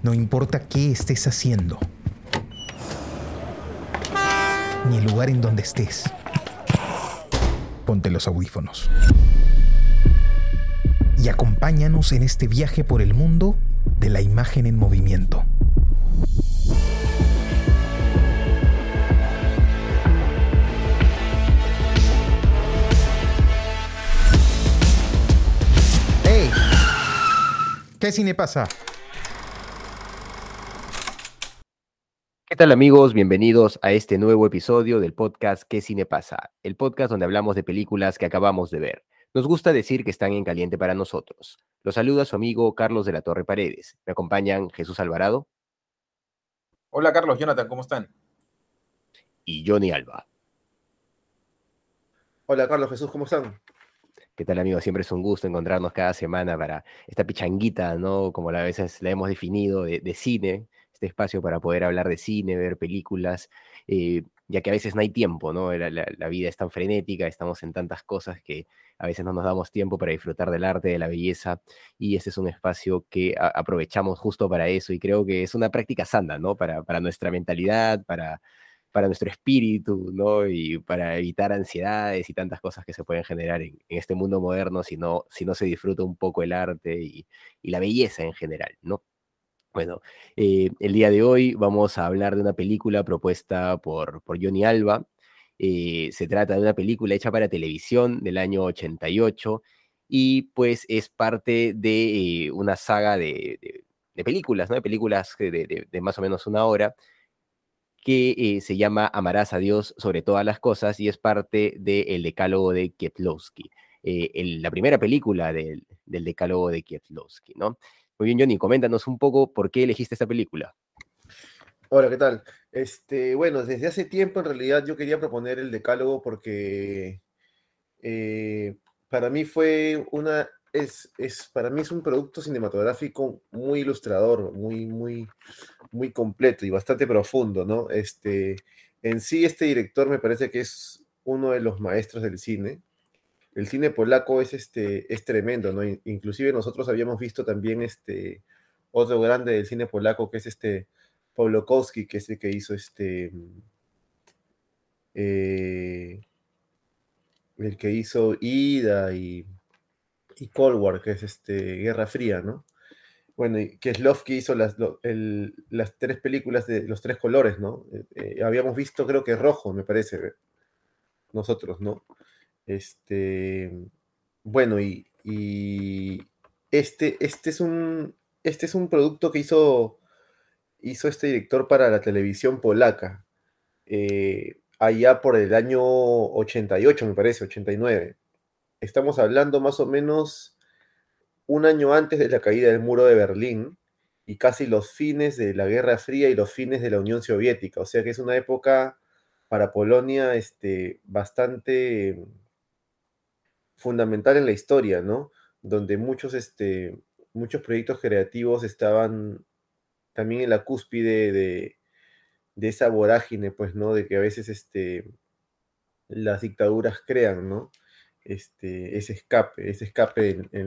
No importa qué estés haciendo, ni el lugar en donde estés. Ponte los audífonos. Y acompáñanos en este viaje por el mundo de la imagen en movimiento. ¡Hey! ¿Qué cine pasa? ¿Qué tal amigos? Bienvenidos a este nuevo episodio del podcast ¿Qué cine pasa? El podcast donde hablamos de películas que acabamos de ver. Nos gusta decir que están en caliente para nosotros. Los saluda su amigo Carlos de la Torre Paredes. Me acompañan Jesús Alvarado Hola Carlos, Jonathan, ¿cómo están? y Johnny Alba. Hola Carlos, Jesús, ¿cómo están? ¿Qué tal amigos? Siempre es un gusto encontrarnos cada semana para esta pichanguita, ¿no? Como a veces la hemos definido, de cine, este espacio para poder hablar de cine, ver películas, ya que a veces no hay tiempo, ¿no? La vida es tan frenética, estamos en tantas cosas que a veces no nos damos tiempo para disfrutar del arte, de la belleza, y este es un espacio que aprovechamos justo para eso, y creo que es una práctica sana, ¿no? Para nuestra mentalidad, para nuestro espíritu, ¿no? Y para evitar ansiedades y tantas cosas que se pueden generar en este mundo moderno si no se disfruta un poco el arte y la belleza en general, ¿no? Bueno, el día de hoy vamos a hablar de una película propuesta por Johnny Alba. Se trata de una película hecha para televisión del año 88 y pues es parte de una saga de películas, ¿no? De películas de más o menos una hora que se llama Amarás a Dios sobre todas las cosas y es parte del Decálogo de Kieslowski, la primera película del Decálogo de Kieslowski, ¿no? Muy bien, Johnny, coméntanos un poco por qué elegiste esta película. Hola, ¿qué tal? Bueno, desde hace tiempo en realidad yo quería proponer el decálogo porque para mí para mí es un producto cinematográfico muy ilustrador, muy completo y bastante profundo, ¿no? En sí, este director me parece que es uno de los maestros del cine. El cine polaco es tremendo, ¿no? Inclusive nosotros habíamos visto también otro grande del cine polaco que es Pawłowski, que es el que hizo eh, el que hizo Ida y Cold War, que es Guerra Fría, ¿no? Bueno, y Kieslowski hizo las tres películas de los tres colores, ¿no? Habíamos visto, creo que Rojo, me parece, nosotros, ¿no? Este, bueno, y este es un producto que hizo este director para la televisión polaca, allá por el año 88, me parece, 89. Estamos hablando más o menos un año antes de la caída del muro de Berlín y casi los fines de la Guerra Fría y los fines de la Unión Soviética. O sea que es una época para Polonia bastante fundamental en la historia, ¿no? Donde muchos proyectos creativos estaban también en la cúspide de esa vorágine, pues, ¿no? De que a veces las dictaduras crean, ¿no? Ese escape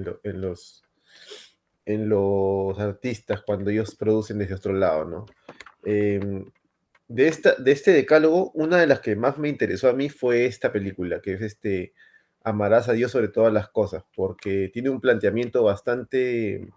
en los artistas cuando ellos producen desde otro lado, ¿no? Em, de este decálogo, una de las que más me interesó a mí fue esta película, que es Amarás a Dios sobre todas las cosas, porque tiene un planteamiento bastante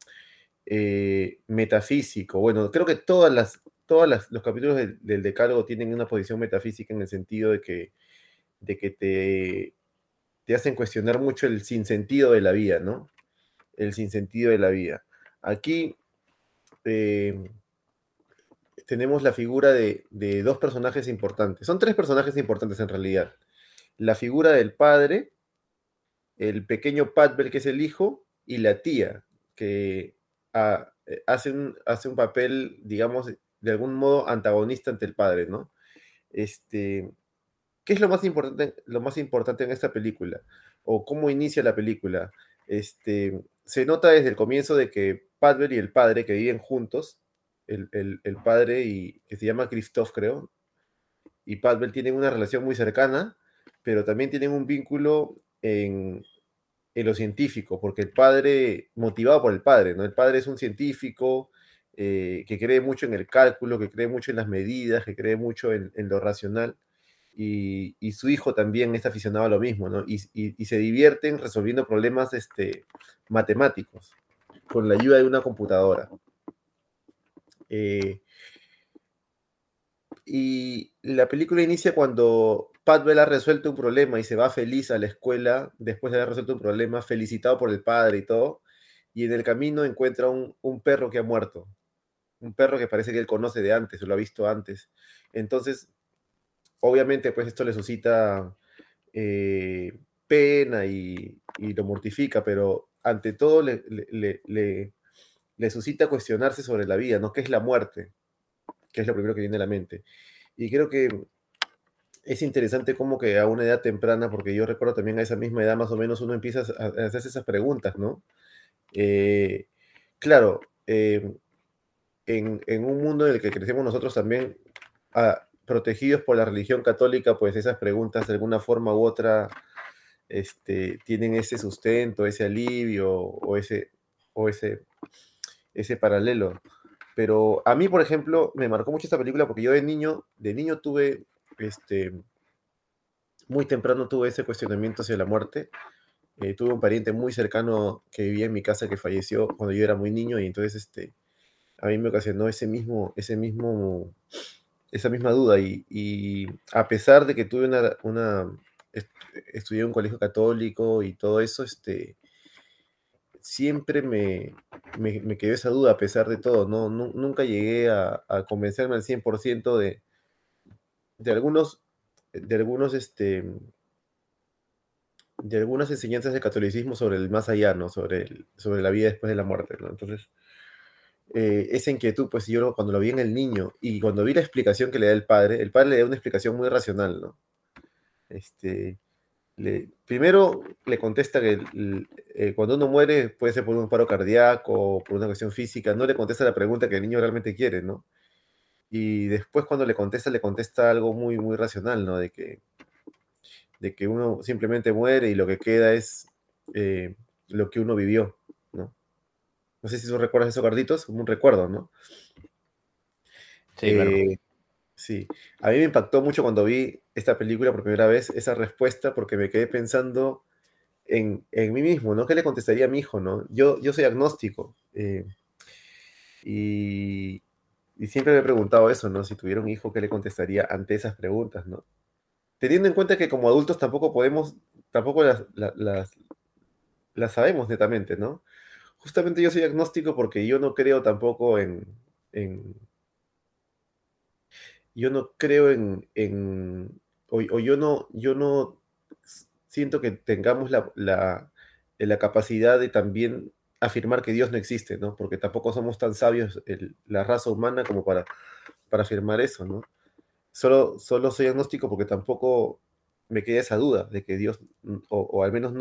metafísico. Bueno, creo que los capítulos del decálogo tienen una posición metafísica en el sentido de que te hacen cuestionar mucho el sinsentido de la vida, ¿no? El sinsentido de la vida. Aquí eh, tenemos la figura de dos personajes importantes. Son tres personajes importantes en realidad. La figura del padre, el pequeño Pavel, que es el hijo, y la tía, que hace un papel, digamos, de algún modo antagonista ante el padre, ¿no? Este, ¿Qué es lo más importante en esta película? ¿O cómo inicia la película? Se nota desde el comienzo de que Pavel y el padre, que viven juntos, el padre, que se llama Christoph, creo, y Pavel tienen una relación muy cercana, pero también tienen un vínculo en lo científico, porque el padre, motivado por el padre, ¿no? El padre es un científico que cree mucho en el cálculo, que cree mucho en las medidas, que cree mucho en lo racional. Y su hijo también es aficionado a lo mismo, ¿no? Y se divierten resolviendo problemas matemáticos con la ayuda de una computadora. Y la película inicia cuando Pat Bell ha resuelto un problema y se va feliz a la escuela después de haber resuelto un problema, felicitado por el padre y todo. Y en el camino encuentra un perro que ha muerto. Un perro que parece que él conoce de antes, o lo ha visto antes. Entonces, obviamente, pues esto le suscita pena y lo mortifica, pero ante todo le suscita cuestionarse sobre la vida, ¿no? ¿Qué es la muerte? Que es lo primero que viene a la mente. Y creo que es interesante como que a una edad temprana, porque yo recuerdo también a esa misma edad más o menos uno empieza a hacerse esas preguntas, ¿no? Eh, claro, en un mundo en el que crecemos nosotros también, protegidos por la religión católica, pues esas preguntas de alguna forma u otra tienen ese sustento, ese alivio o ese paralelo. Pero a mí, por ejemplo, me marcó mucho esta película porque yo de niño tuve, muy temprano tuve ese cuestionamiento hacia la muerte. Tuve un pariente muy cercano que vivía en mi casa que falleció cuando yo era muy niño y entonces a mí me ocasionó esa misma duda y a pesar de que tuve estudié en un colegio católico y todo eso, siempre me quedó esa duda a pesar de todo, ¿no? Nunca llegué a convencerme al 100% de algunos, de algunos, de algunas enseñanzas del catolicismo sobre el más allá, ¿no? Sobre la vida después de la muerte, ¿no? Entonces, esa inquietud, pues yo cuando lo vi en el niño y cuando vi la explicación que le da el padre le da una explicación muy racional, ¿no? Primero le contesta que cuando uno muere puede ser por un paro cardíaco o por una cuestión física, no le contesta la pregunta que el niño realmente quiere, ¿no? Y después cuando le contesta algo muy, muy racional, ¿no? De que uno simplemente muere y lo que queda es lo que uno vivió, ¿no? No sé si tú recuerdas eso, Carlitos, como un recuerdo, ¿no? Sí, claro. Sí, a mí me impactó mucho cuando vi esta película por primera vez, esa respuesta, porque me quedé pensando en mí mismo, ¿no? ¿Qué le contestaría a mi hijo, no? Yo soy agnóstico y, y siempre me he preguntado eso, ¿no? Si tuviera un hijo, ¿qué le contestaría ante esas preguntas, ¿no? Teniendo en cuenta que como adultos tampoco las sabemos netamente, ¿no? Justamente yo soy agnóstico porque yo no creo tampoco en yo no creo o yo no siento que tengamos la capacidad de también afirmar que Dios no existe, ¿no? Porque tampoco somos tan sabios la raza humana como para afirmar eso, ¿no? Solo soy agnóstico porque tampoco me queda esa duda de que Dios, o al menos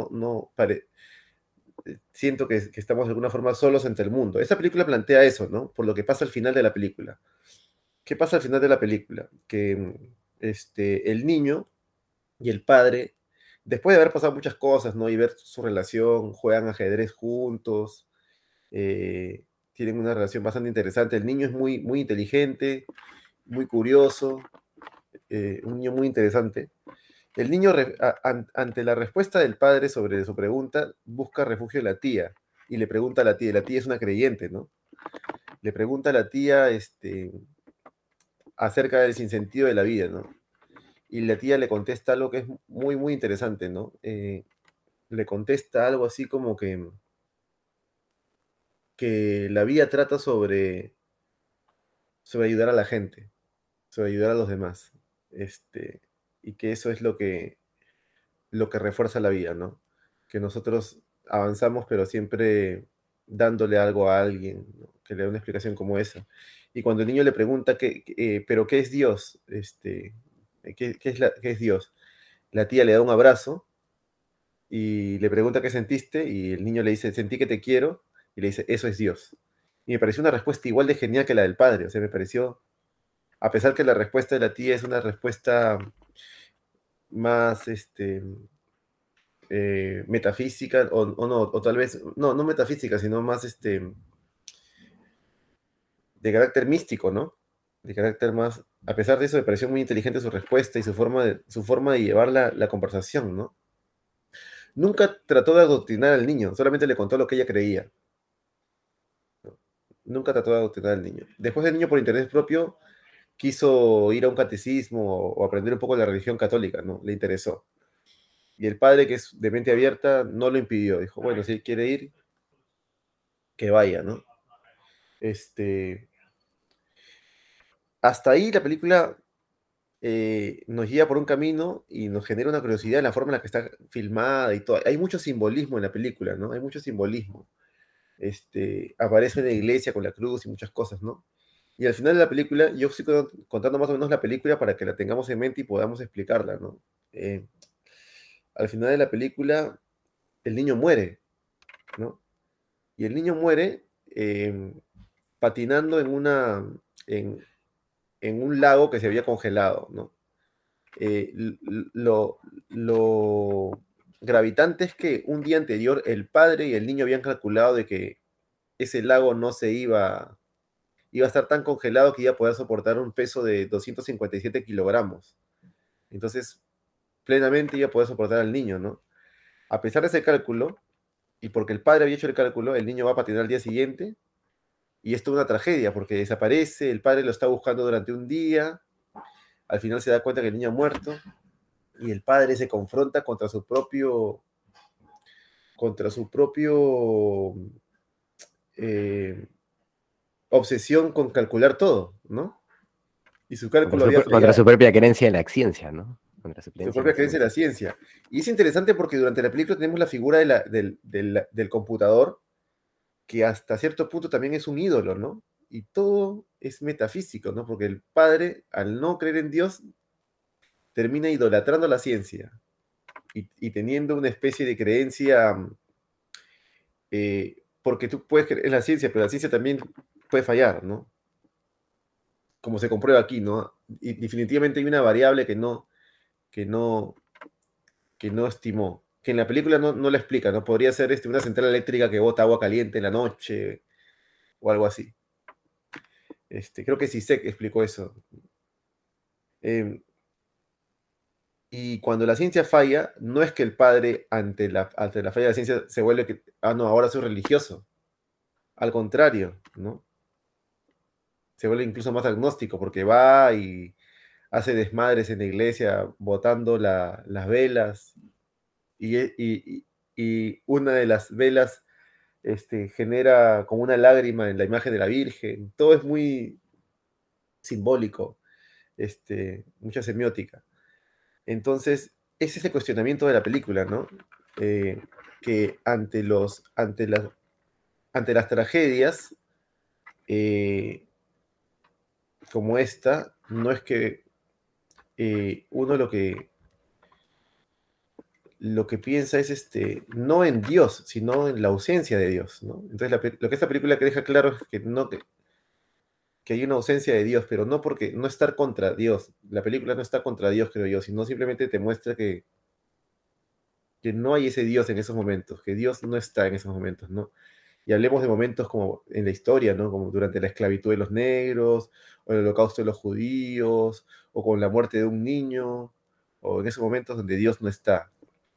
siento que estamos de alguna forma solos ante el mundo. Esta película plantea eso, ¿no? Por lo que pasa al final de la película. ¿Qué pasa al final de la película? Que el niño y el padre, después de haber pasado muchas cosas, ¿no? Y ver su relación, juegan ajedrez juntos, eh, tienen una relación bastante interesante. El niño es muy, muy inteligente, muy curioso, un niño muy interesante. El niño, ante la respuesta del padre sobre su pregunta, busca refugio en la tía y le pregunta a la tía, y la tía es una creyente, ¿no? Le pregunta a la tía, acerca del sinsentido de la vida, ¿no? Y la tía le contesta algo que es muy, muy interesante, ¿no? Le contesta algo así como que la vida trata sobre ayudar a la gente, sobre ayudar a los demás, y que eso es lo que refuerza la vida, ¿no? Que nosotros avanzamos, pero siempre dándole algo a alguien, ¿no? Que le dé una explicación como esa. Y cuando el niño le pregunta, ¿pero qué es Dios? ¿Qué es Dios? La tía le da un abrazo y le pregunta qué sentiste y el niño le dice, sentí que te quiero y le dice, eso es Dios. Y me pareció una respuesta igual de genial que la del padre, o sea, me pareció, a pesar que la respuesta de la tía es una respuesta más, metafísica, o no, o tal vez, no metafísica, sino más, de carácter místico, ¿no? De carácter más... A pesar de eso, me pareció muy inteligente su respuesta y su forma de llevar la conversación, ¿no? Nunca trató de adoctrinar al niño, solamente le contó lo que ella creía. Nunca trató de adoctrinar al niño. Después el niño, por interés propio, quiso ir a un catecismo o aprender un poco de la religión católica, ¿no? Le interesó. Y el padre, que es de mente abierta, no lo impidió. Dijo, bueno, si él quiere ir, que vaya, ¿no? Hasta ahí la película nos guía por un camino y nos genera una curiosidad en la forma en la que está filmada y todo. Hay mucho simbolismo en la película, ¿no? Hay mucho simbolismo. Aparece en la iglesia con la cruz y muchas cosas, ¿no? Y al final de la película, yo estoy contando más o menos la película para que la tengamos en mente y podamos explicarla, ¿no? Al final de la película, el niño muere, ¿no? Y el niño muere patinando en, en un lago que se había congelado, ¿no? Lo gravitante es que un día anterior el padre y el niño habían calculado de que ese lago no se iba a estar tan congelado que iba a poder soportar un peso de 257 kilogramos. Entonces, plenamente iba a poder soportar al niño, ¿no? A pesar de ese cálculo, y porque el padre había hecho el cálculo, el niño va a patinar al día siguiente, y esto es una tragedia, porque desaparece, el padre lo está buscando durante un día, al final se da cuenta que el niño ha muerto, y el padre se confronta contra su propio obsesión con calcular todo, ¿no? Y su cálculo había Contra fallado. su propia creencia en la ciencia, ¿no? Contra su Su creencia en propia la creencia ciencia. en la ciencia. Y es interesante porque durante la película tenemos la figura del computador, que hasta cierto punto también es un ídolo, ¿no? Y todo es metafísico, ¿no? Porque el padre, al no creer en Dios, termina idolatrando la ciencia y teniendo una especie de creencia, porque tú puedes creer en la ciencia, pero la ciencia también puede fallar, ¿no? Como se comprueba aquí, ¿no? Y definitivamente hay una variable que no, que no estimó, que en la película no la explica, ¿no? Podría ser una central eléctrica que bota agua caliente en la noche o algo así. Creo que Sisek explicó eso. Eh, y cuando la ciencia falla, no es que el padre ante la falla de la ciencia se vuelve que, no, ahora soy religioso. Al contrario, ¿no? Se vuelve incluso más agnóstico porque va y hace desmadres en la iglesia botando las velas y una de las velas genera como una lágrima en la imagen de la Virgen. Todo es muy simbólico, mucha semiótica. Entonces, es ese cuestionamiento de la película, ¿no? Que ante las tragedias como esta, no es que uno lo que piensa es no en Dios, sino en la ausencia de Dios, ¿no? Entonces, lo que esta película que deja claro es que no, que hay una ausencia de Dios, pero no porque no estar contra Dios. La película no está contra Dios, creo yo, sino simplemente te muestra que no hay ese Dios en esos momentos, que Dios no está en esos momentos, ¿no? Y hablemos de momentos como en la historia, ¿no? Como durante la esclavitud de los negros, o el holocausto de los judíos, o con la muerte de un niño, o en esos momentos donde Dios no está.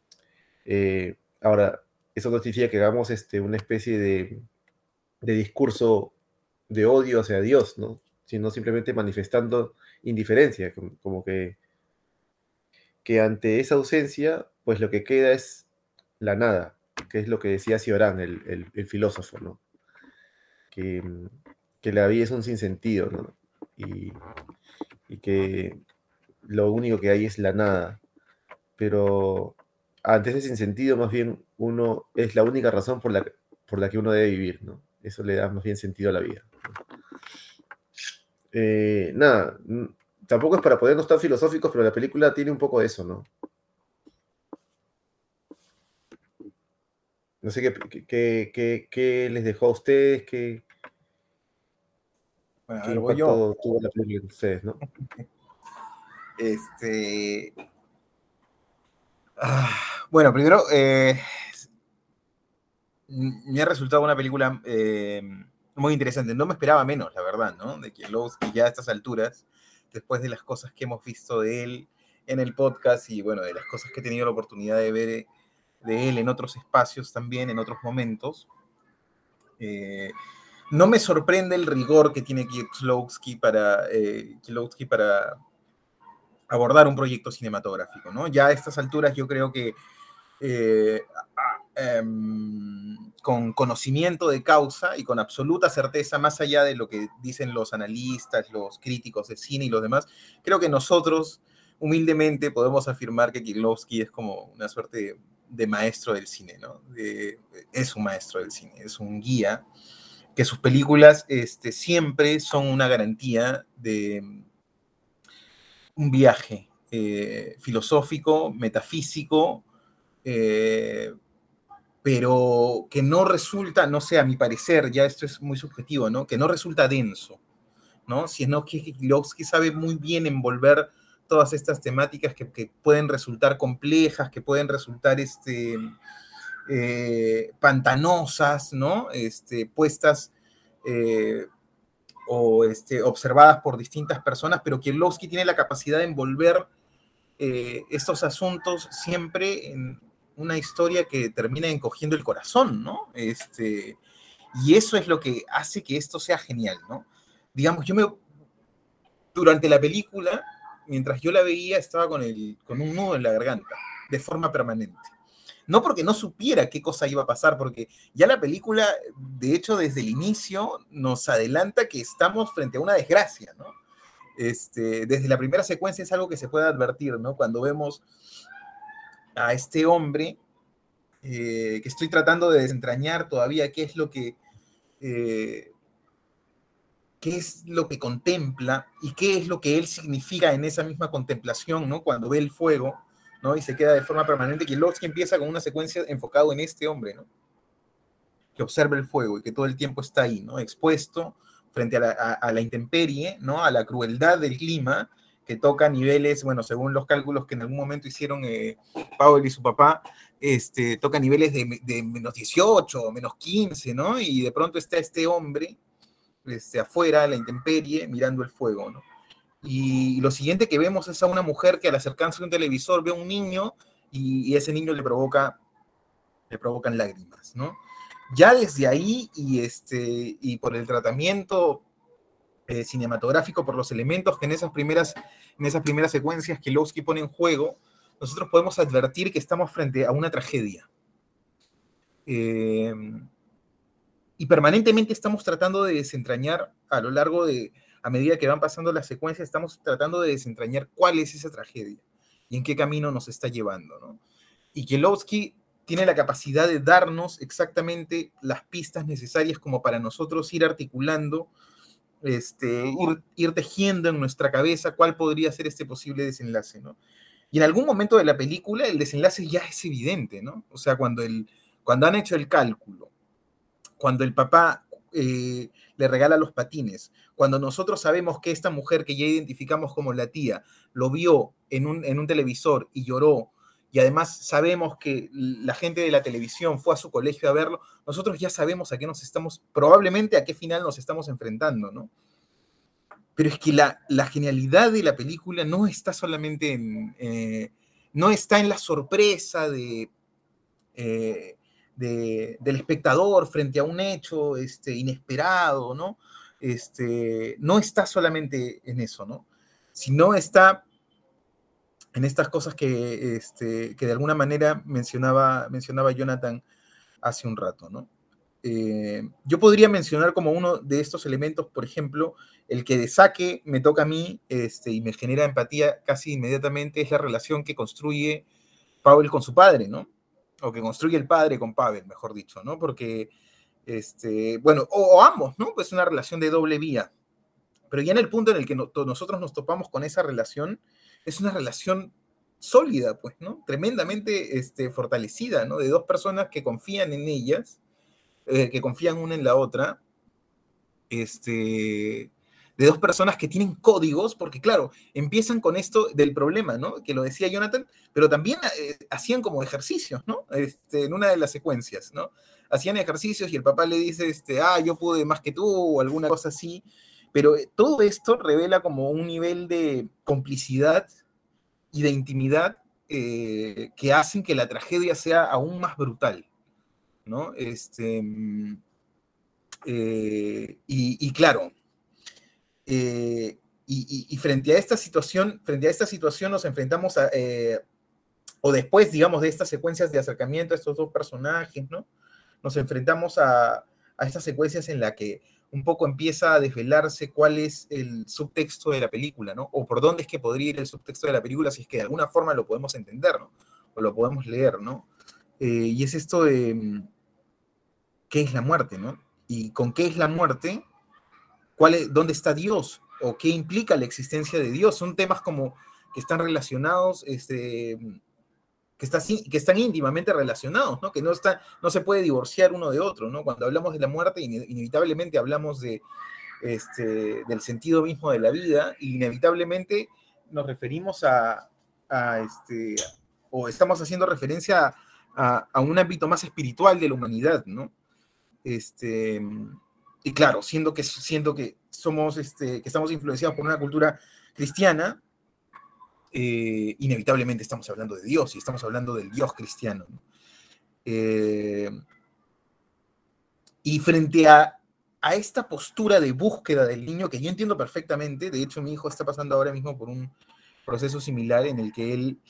Ahora, eso no significa que hagamos una especie de discurso de odio hacia Dios, ¿no? Sino simplemente manifestando indiferencia, como que ante esa ausencia, pues lo que queda es la nada, que es lo que decía Cioran, el filósofo, ¿no? Que, que la vida es un sinsentido, ¿no? Y que lo único que hay es la nada. Pero ante ese sinsentido, más bien, uno es la única razón por la que uno debe vivir, ¿no? Eso le da más bien sentido a la vida. Nada, tampoco es para ponernos tan filosóficos, pero la película tiene un poco de eso, ¿no? No sé qué les dejó a ustedes, Bueno, a qué ver, voy yo. impacto tuvo la película en ustedes, ¿no? Bueno, primero, me ha resultado una película muy interesante. No me esperaba menos, la verdad, ¿no? De Kieslowski ya a estas alturas, después de las cosas que hemos visto de él en el podcast y, bueno, de las cosas que he tenido la oportunidad de ver de él en otros espacios también, en otros momentos. No me sorprende el rigor que tiene Kieslowski para abordar un proyecto cinematográfico, ¿no? Ya a estas alturas yo creo que con conocimiento de causa y con absoluta certeza, más allá de lo que dicen los analistas, los críticos de cine y los demás, creo que nosotros humildemente podemos afirmar que Kieslowski es como una suerte de maestro del cine, ¿no? Es un maestro del cine, es un guía, que sus películas siempre son una garantía de un viaje filosófico, metafísico, pero que no resulta, no sé, a mi parecer, ya esto es muy subjetivo, ¿no? Que no resulta denso, ¿no? Sino que Kieslowski sabe muy bien envolver todas estas temáticas que pueden resultar complejas, que pueden resultar pantanosas, ¿no? Puestas o observadas por distintas personas, pero Kieslowski tiene la capacidad de envolver estos asuntos siempre en una historia que termina encogiendo el corazón, ¿no? Y eso es lo que hace que esto sea genial, ¿no? Digamos, durante la película, mientras yo la veía, estaba con un nudo en la garganta, de forma permanente. No porque no supiera qué cosa iba a pasar, porque ya la película, de hecho, desde el inicio, nos adelanta que estamos frente a una desgracia, ¿no? Desde la primera secuencia es algo que se puede advertir, ¿no? Cuando vemos a este hombre, que estoy tratando de desentrañar todavía qué es lo que contempla y qué es lo que él significa en esa misma contemplación, ¿no? Cuando ve el fuego, ¿no? Y se queda de forma permanente. Kieslowski empieza con una secuencia enfocado en este hombre, ¿no? Que observa el fuego y que todo el tiempo está ahí, ¿no? Expuesto frente a la intemperie, ¿no? A la crueldad del clima, que toca niveles, bueno, según los cálculos que en algún momento hicieron Powell y su papá, toca niveles de menos 18, menos 15, ¿no? Y de pronto está este hombre afuera, a la intemperie, mirando el fuego, ¿no? Y lo siguiente que vemos es a una mujer que al acercarse a un televisor ve a un niño y ese niño le provocan lágrimas, ¿no? Ya desde ahí y por el tratamiento cinematográfico, por los elementos que en esas primeras secuencias Kieslowski pone en juego, nosotros podemos advertir que estamos frente a una tragedia. Y permanentemente estamos tratando de desentrañar a medida que van pasando las secuencias, estamos tratando de desentrañar cuál es esa tragedia y en qué camino nos está llevando, ¿no? Y Kieslowski tiene la capacidad de darnos exactamente las pistas necesarias como para nosotros ir articulando, ir tejiendo en nuestra cabeza cuál podría ser este posible desenlace, ¿no? Y en algún momento de la película el desenlace ya es evidente, ¿no? O sea, cuando han hecho el cálculo, cuando el papá le regala los patines, cuando nosotros sabemos que esta mujer que ya identificamos como la tía lo vio en un televisor y lloró, y además sabemos que la gente de la televisión fue a su colegio a verlo, nosotros ya sabemos probablemente a qué final nos estamos enfrentando, ¿no? Pero es que la genialidad de la película no está solamente no está en la sorpresa del espectador frente a un hecho inesperado, ¿no? No está solamente en eso, ¿no? Sino está en estas cosas que de alguna manera mencionaba Jonathan hace un rato, ¿no? Yo podría mencionar como uno de estos elementos, por ejemplo, el que de saque me toca a mí y me genera empatía casi inmediatamente, es la relación que construye Powell con su padre, ¿no? O que construye el padre con Pavel, mejor dicho, ¿no? Porque, bueno, o ambos, ¿no? Pues una relación de doble vía. Pero ya en el punto en el que nosotros nos topamos con esa relación, es una relación sólida, pues, ¿no? Tremendamente fortalecida, ¿no? De dos personas que confían en ellas, que confían una en la otra, de de dos personas que tienen códigos, porque claro, empiezan con esto del problema, ¿no? Que lo decía Jonathan, pero también hacían como ejercicios, ¿no? En una de las secuencias, ¿no? Hacían ejercicios y el papá le dice, yo pude más que tú, o alguna cosa así, pero todo esto revela como un nivel de complicidad y de intimidad que hacen que la tragedia sea aún más brutal, ¿no? Y claro, y frente a esta situación nos enfrentamos o después, digamos, de estas secuencias de acercamiento a estos dos personajes, ¿no? Nos enfrentamos a estas secuencias en la que un poco empieza a desvelarse cuál es el subtexto de la película, ¿no? O por dónde es que podría ir el subtexto de la película, si es que de alguna forma lo podemos entender, ¿no? O lo podemos leer, ¿no? Y es esto de qué es la muerte, ¿no? Y con qué es la muerte, dónde está Dios, o qué implica la existencia de Dios. Son temas como que están relacionados, que están íntimamente relacionados, ¿no? Que no se puede divorciar uno de otro, ¿no? Cuando hablamos de la muerte, inevitablemente hablamos del sentido mismo de la vida, y inevitablemente nos referimos o estamos haciendo referencia a un ámbito más espiritual de la humanidad, ¿no? Y claro, siendo que somos, que estamos influenciados por una cultura cristiana, inevitablemente estamos hablando de Dios, y estamos hablando del Dios cristiano, ¿no? Y frente a esta postura de búsqueda del niño, que yo entiendo perfectamente, de hecho mi hijo está pasando ahora mismo por un proceso similar en el que él...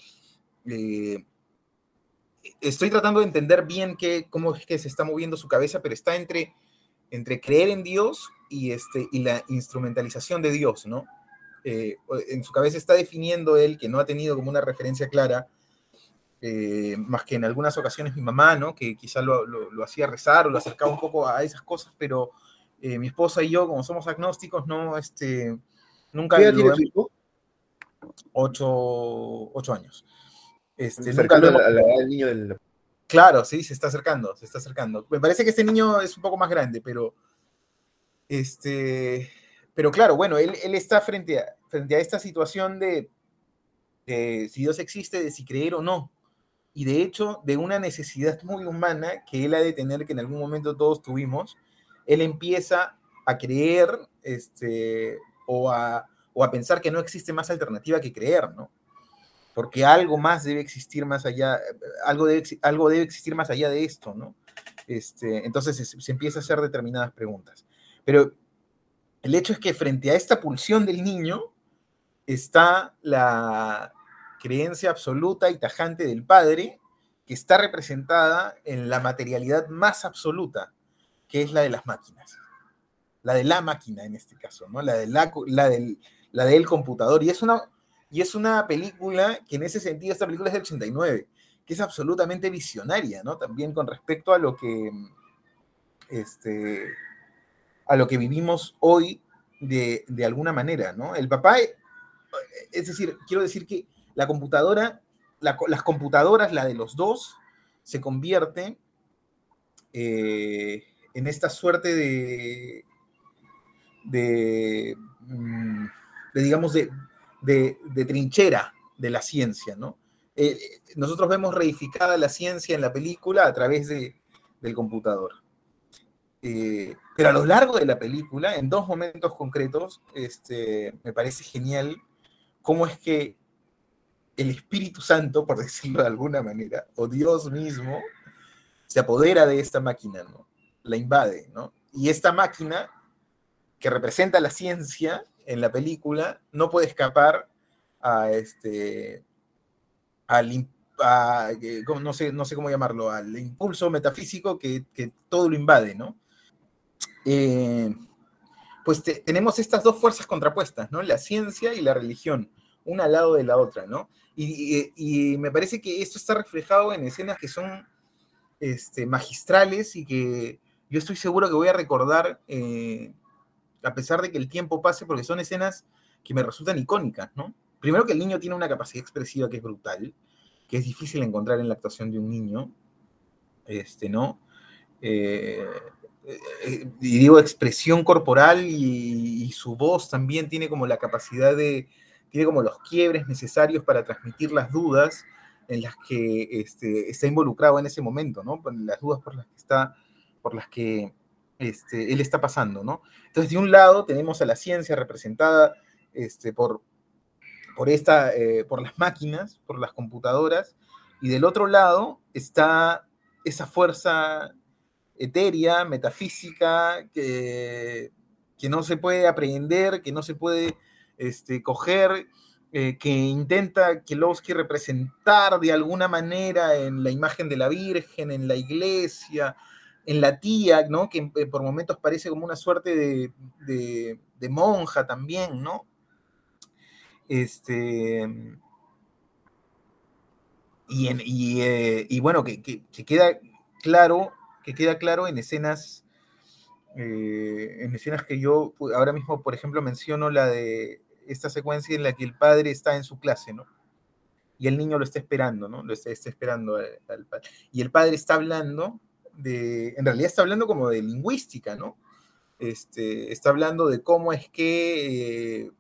estoy tratando de entender bien cómo es que se está moviendo su cabeza, pero está entre creer en Dios y la instrumentalización de Dios, ¿no? En su cabeza está definiendo él, que no ha tenido como una referencia clara, más que en algunas ocasiones mi mamá, ¿no? Que quizá lo hacía rezar o lo acercaba un poco a esas cosas, pero mi esposa y yo, como somos agnósticos, no, nunca ¿Qué edad lo tiene hemos... tu hijo? 8 años. Nunca Cercano lo a hemos... la edad del niño del... Claro, sí, se está acercando. Me parece que este niño es un poco más grande, pero claro, bueno, él está frente a esta situación de si Dios existe, de si creer o no. Y de hecho, de una necesidad muy humana que él ha de tener, que en algún momento todos tuvimos, él empieza a creer o a pensar que no existe más alternativa que creer, ¿no? Porque algo más debe existir más allá, algo debe existir más allá de esto, ¿no? Entonces se empieza a hacer determinadas preguntas. Pero el hecho es que frente a esta pulsión del niño está la creencia absoluta y tajante del padre, que está representada en la materialidad más absoluta, que es la de las máquinas. La de la máquina en este caso, ¿no? La del computador. Y es una película que en ese sentido, esta película es del 89, que es absolutamente visionaria, ¿no? También con respecto a lo que vivimos hoy de alguna manera, ¿no? El papá, es decir, quiero decir que las computadoras, la de los dos, se convierte en esta suerte digamos, de trinchera de la ciencia, ¿no? Nosotros vemos reificada la ciencia en la película a través del computador. Pero a lo largo de la película, en dos momentos concretos, me parece genial cómo es que el Espíritu Santo, por decirlo de alguna manera, o Dios mismo, se apodera de esta máquina, ¿no? La invade, ¿no? Y esta máquina, que representa la ciencia en la película, no puede escapar no sé cómo llamarlo, al impulso metafísico que todo lo invade, ¿no? Pues tenemos estas dos fuerzas contrapuestas, ¿no? La ciencia y la religión, una al lado de la otra, ¿no? Y me parece que esto está reflejado en escenas que son magistrales y que yo estoy seguro que voy a recordar a pesar de que el tiempo pase, porque son escenas que me resultan icónicas, ¿no? Primero que el niño tiene una capacidad expresiva que es brutal, que es difícil encontrar en la actuación de un niño, ¿no? y digo expresión corporal y su voz también tiene como la capacidad tiene como los quiebres necesarios para transmitir las dudas en las que está involucrado en ese momento, ¿no? Las dudas por las que él está pasando, ¿no? Entonces, de un lado tenemos a la ciencia representada por las máquinas, por las computadoras, y del otro lado está esa fuerza etérea, metafísica, que no se puede aprehender, que no se puede coger, que intenta Kiełowski representar de alguna manera en la imagen de la Virgen, en la iglesia, en la tía, ¿no? Que por momentos parece como una suerte de monja también, ¿no? Y bueno, que queda claro en escenas que yo ahora mismo, por ejemplo, menciono la de esta secuencia en la que el padre está en su clase, ¿no? Y el niño lo está esperando, ¿no? Lo está esperando al padre. Y el padre está hablando en realidad está hablando como de lingüística, ¿no? Está hablando de cómo es que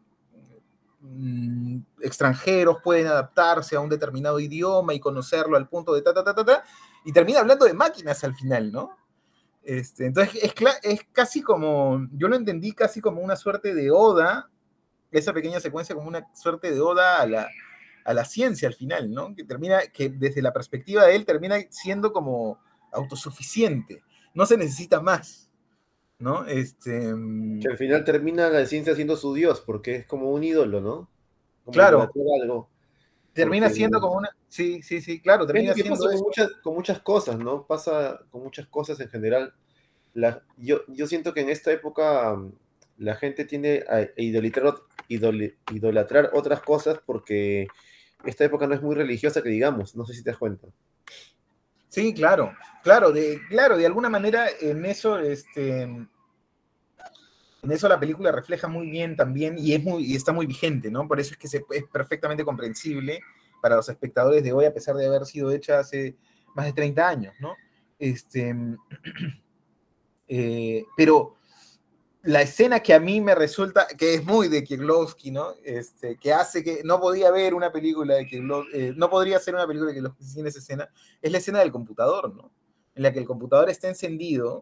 extranjeros pueden adaptarse a un determinado idioma y conocerlo al punto de y termina hablando de máquinas al final, ¿no? Entonces es casi como, yo lo entendí casi como una suerte de oda, esa pequeña secuencia como una suerte de oda a la ciencia al final, ¿no? Que desde la perspectiva de él termina siendo como autosuficiente, no se necesita más, ¿no? Que al final termina la ciencia siendo su dios, porque es como un ídolo, ¿no? Como claro. Algo. Termina Porque siendo como una... Sí, claro, termina siendo pasa con muchas cosas, ¿no? Pasa con muchas cosas en general. Yo siento que en esta época la gente tiende a idolatrar otras cosas porque esta época no es muy religiosa, que digamos, no sé si te das cuenta. Sí, claro, de alguna manera en eso la película refleja muy bien también y está muy vigente, ¿no? Por eso es que es perfectamente comprensible para los espectadores de hoy, a pesar de haber sido hecha hace más de 30 años, ¿no? Pero la escena que a mí me resulta, que es muy de Kiełowski, ¿no? Que hace que no podía ver una película de Kiełowski, no podría ser una película de Kiełowski sin esa escena, es la escena del computador, ¿no? En la que el computador está encendido,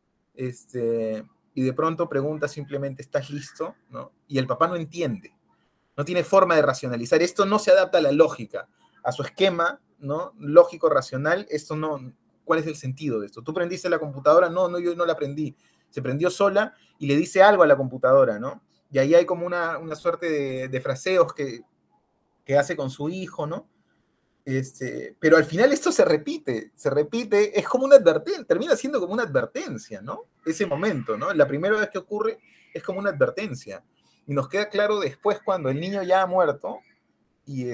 y de pronto pregunta simplemente, ¿estás listo? ¿No? Y el papá no entiende, no tiene forma de racionalizar, esto no se adapta a la lógica, a su esquema, ¿no? Lógico, racional, esto no, ¿cuál es el sentido de esto? ¿Tú prendiste la computadora? No, yo no la prendí, se prendió sola y le dice algo a la computadora, ¿no? Y ahí hay como una suerte de fraseos que hace con su hijo, ¿no? Pero al final esto se repite, es como una advertencia, termina siendo como una advertencia, ¿no? Ese momento, ¿no? La primera vez que ocurre es como una advertencia. Y nos queda claro después cuando el niño ya ha muerto y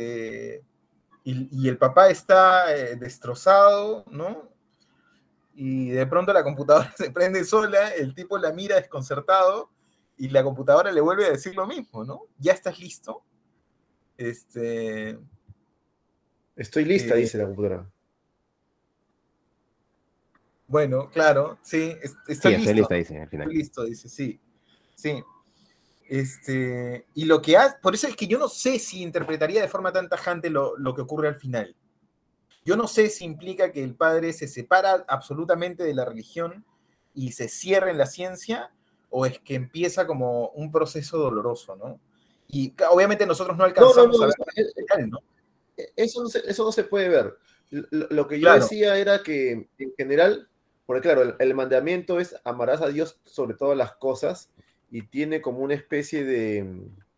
el papá está destrozado, ¿no? Y de pronto la computadora se prende sola, el tipo la mira desconcertado y la computadora le vuelve a decir lo mismo, ¿no? ¿Ya estás listo? Estoy lista, dice la computadora. Bueno, claro, sí, estoy listo. Lista, dice al final. Estoy listo, dice, sí. Y lo que hace, por eso es que yo no sé si interpretaría de forma tan tajante lo que ocurre al final. Yo no sé si implica que el padre se separa absolutamente de la religión y se cierra en la ciencia, o es que empieza como un proceso doloroso, ¿no? Y obviamente nosotros no alcanzamos a ver el final, ¿no? Eso no se puede ver. Lo que yo decía era que en general, porque claro, el mandamiento es amarás a Dios sobre todas las cosas y tiene como una especie de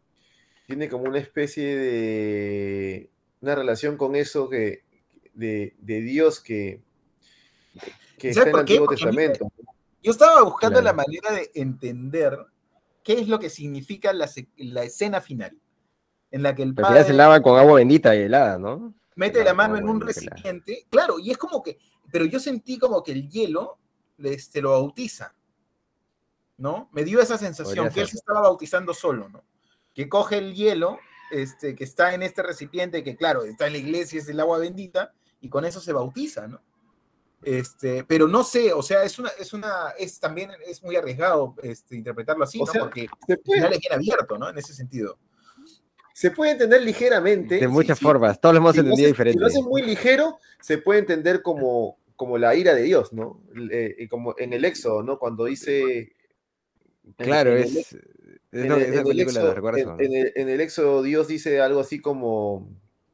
una relación con eso de Dios que está en el Antiguo Testamento. Yo estaba buscando la manera de entender qué es lo que significa la escena final, en la que el padre... se lava con agua bendita y helada, ¿no? Mete la mano en un recipiente, claro, y es como que... Pero yo sentí como que el hielo lo bautiza, ¿no? Me dio esa sensación, que él se estaba bautizando solo, ¿no? Que coge el hielo, que está en este recipiente, que claro, está en la iglesia, es el agua bendita, y con eso se bautiza, ¿no? Pero no sé, o sea, también es muy arriesgado interpretarlo así, O ¿no? sea, Porque se el puede, final es bien abierto, ¿no? En ese sentido. se puede entender ligeramente. De muchas formas, todos lo hemos entendido Si lo haces diferente. muy ligero, se puede entender como la ira de Dios, ¿no? Y como en el Éxodo, ¿no? Cuando dice Claro, en el, esa en el película nos Éxodo, recuerda eso, ¿no? en el Éxodo Dios dice algo así como,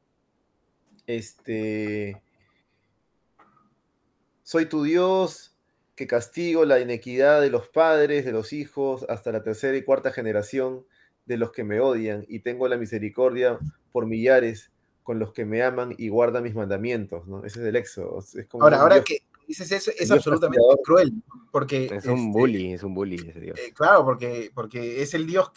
este, soy tu Dios que castigo la inequidad de los padres, de los hijos, hasta la tercera y cuarta generación de los que me odian, y tengo la misericordia por millares con los que me aman y guardan mis mandamientos, ¿no? Ese es el Éxodo, es como Ahora que dices eso, un es Dios absolutamente castigador. cruel, ¿no? Porque, Es un bully ese Dios. claro, porque es el Dios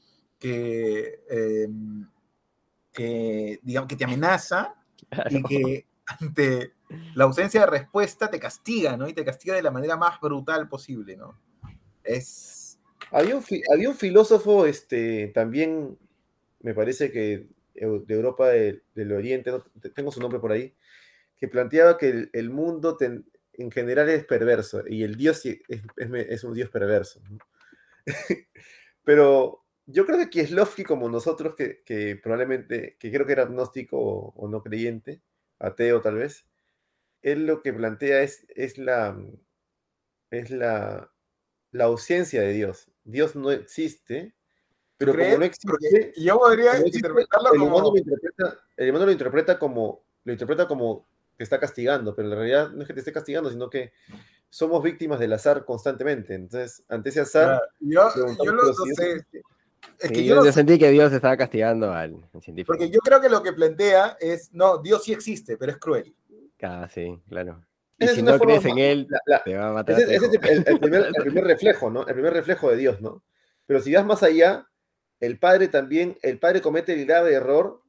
que, digamos, que te amenaza y Claro. que ante la ausencia de respuesta te castiga, ¿no? Y te castiga de la manera más brutal posible, ¿no? Había un filósofo, también, me parece que de Europa del Oriente, no, tengo su nombre por ahí, que planteaba que el mundo en general es perverso y el Dios sí es un Dios perverso, ¿no? Pero yo creo que Kieslowski, como nosotros, que probablemente, que creo que era agnóstico o no creyente, ateo tal vez, él lo que plantea es la ausencia de Dios. Dios no existe, ¿Tú pero como crees? no Porque existe, yo podría como no existe, interpretarlo como... el humano lo interpreta como que está castigando, pero en realidad no es que te esté castigando, sino que somos víctimas del azar constantemente. Entonces, ante ese azar, Yo preguntamos, no pero si Dios sé, existe. es que Sí, yo no yo sé, sentí que Dios estaba castigando al científico. porque yo creo que lo que plantea es, no, Dios sí existe, pero es cruel. Ah, sí, claro. Y Esa es si una no forma crees en él, te va a matar a tu ese es hijo. el primer reflejo, ¿no? El primer reflejo de Dios, ¿no? Pero si vas más allá, el padre comete el grave error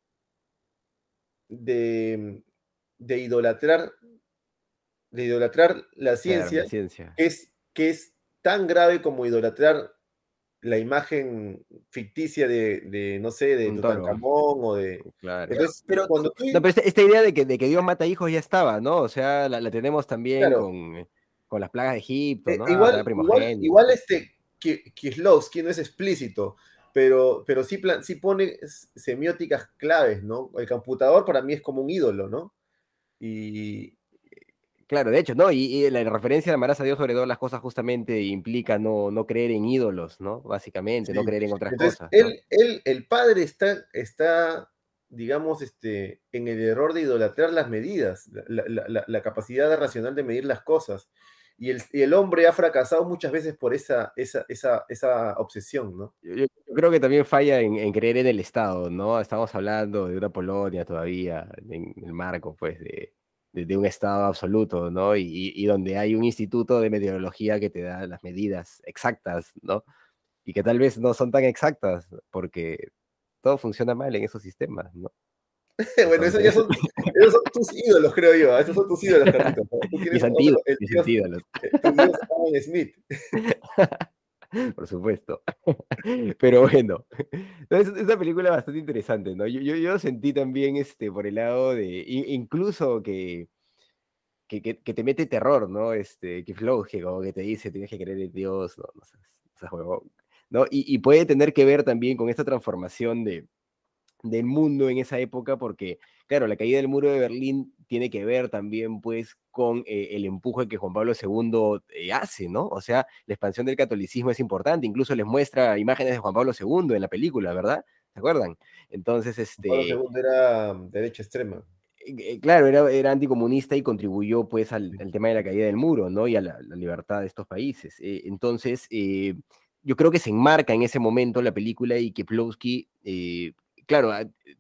de, de idolatrar, de idolatrar la Claro, ciencia, la ciencia. que es tan grave como idolatrar la imagen ficticia no sé, de Un toro, Tutankamón o de... claro. Entonces, Pero cuando tú... No, pero esta idea de que Dios mata hijos ya estaba, ¿no? O sea, la tenemos también Claro, con las plagas de Egipto, ¿no? La plaga igual, igual, primogénita. igual Kieslowski no es explícito, pero sí pone semióticas claves, ¿no? El computador para mí es como un ídolo, ¿no? Y Claro, de hecho, ¿no? Y la referencia de amarás a Dios sobre todas las cosas justamente implica no creer en ídolos, ¿no? Básicamente, no sí. creer en otras Entonces, cosas, ¿no? el padre está, digamos, en el error de idolatrar las medidas, la capacidad racional de medir las cosas. Y el hombre ha fracasado muchas veces por esa obsesión, ¿no? Yo creo que también falla en creer en el Estado, ¿no? Estamos hablando de una Polonia todavía, en el marco, pues, de un Estado absoluto, ¿no? Y donde hay un instituto de meteorología que te da las medidas exactas, ¿no? Y que tal vez no son tan exactas, porque todo funciona mal en esos sistemas, ¿no? Bueno, Entonces, esos son tus ídolos, creo yo. Esos son tus ídolos, Carlitos, ¿no? Tú tienes otro, mis sentidos, tu Dios Alan Smith. por supuesto. Pero bueno, entonces es una película bastante interesante, ¿no? Yo sentí también por el lado de, incluso que te mete terror, ¿no? Que flow, que como que te dice, tienes que creer en Dios, no seas huevón, ¿no? Y puede tener que ver también con esta transformación del mundo en esa época, porque, claro, la caída del muro de Berlín tiene que ver también, pues, con el empuje que Juan Pablo II hace, ¿no? O sea, la expansión del catolicismo es importante, incluso les muestra imágenes de Juan Pablo II en la película, ¿verdad? ¿Se acuerdan? Entonces, Pablo II era derecha extrema. claro, era anticomunista y contribuyó, pues, al tema de la caída del muro, ¿no? Y a la libertad de estos países. Entonces, yo creo que se enmarca en ese momento la película y Kieplowski, claro,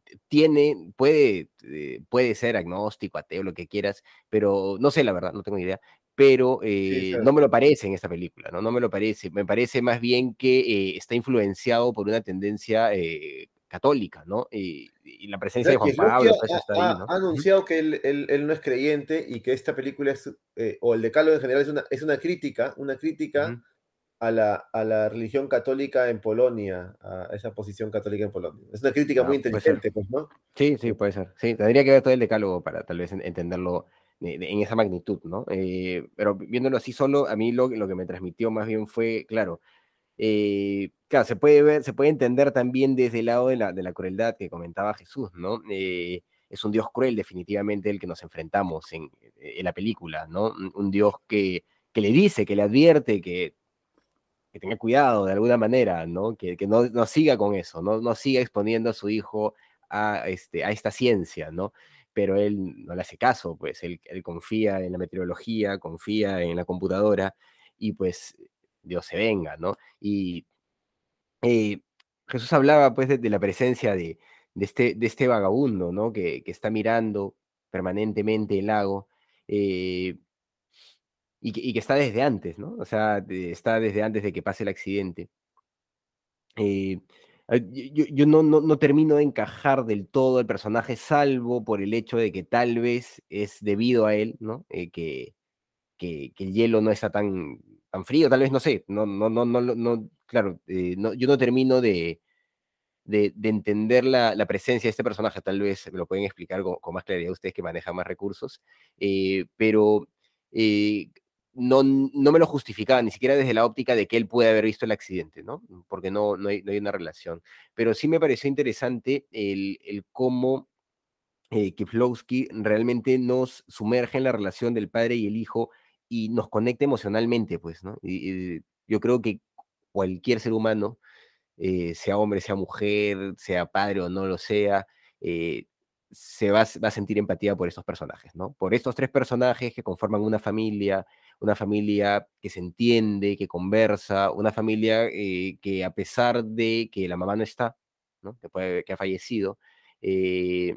puede ser agnóstico, ateo, lo que quieras, pero no sé la verdad, no tengo ni idea, pero Sí, no me lo parece en esta película, ¿no? No me lo parece, me parece más bien que está influenciado por una tendencia católica, ¿no? Y la O presencia sea, de Juan Kieslowski Pablo, todo eso está ahí, ¿no? ha Ujú. anunciado que él no es creyente y que esta película o el Decálogo en general es una crítica Ujú. a la religión católica en Polonia, a esa posición católica en Polonia. Es una crítica muy Ah, puede ser. inteligente, pues, ¿no? Sí, sí, puede ser. Sí, tendría que ver todo el decálogo para tal vez entenderlo en esa magnitud, ¿no? Pero viéndolo así solo, a mí lo que me transmitió más bien fue, claro, claro, se puede ver, se puede entender también desde el lado de la crueldad que comentaba Jesús, ¿no? Es un Dios cruel, definitivamente, el que nos enfrentamos en la película, ¿no? Un Dios que le dice, que le advierte, que tenga cuidado de alguna manera, ¿no? Que no siga con eso, no siga exponiendo a su hijo a esta ciencia, ¿no? Pero él no le hace caso, pues él confía en la meteorología, confía en la computadora y pues Dios se venga, ¿no? Y eh, Jesús hablaba pues de la presencia de este vagabundo, ¿no? Que está mirando permanentemente el lago. eh, y que está desde antes, ¿no? O sea, está desde antes de que pase el accidente. Eh, yo no termino de encajar del todo el personaje, salvo por el hecho de que tal vez es debido a él, ¿no? Que el hielo no está tan frío, tal vez, no sé, claro, yo no termino de entender la presencia de este personaje, tal vez me lo pueden explicar con más claridad ustedes que manejan más recursos, pero eh, no me lo justificaba, ni siquiera desde la óptica de que él puede haber visto el accidente, ¿no? Porque no hay una relación. Pero sí me pareció interesante el cómo Kieślowski realmente nos sumerge en la relación del padre y el hijo y nos conecta emocionalmente, pues, ¿no? Y yo creo que cualquier ser humano sea hombre, sea mujer, sea padre o no lo sea, eh, va a sentir empatía por estos personajes, ¿no? Por estos tres personajes que conforman una familia que se entiende, que conversa, una familia que a pesar de que la mamá no está, ¿no? Que ha fallecido, eh,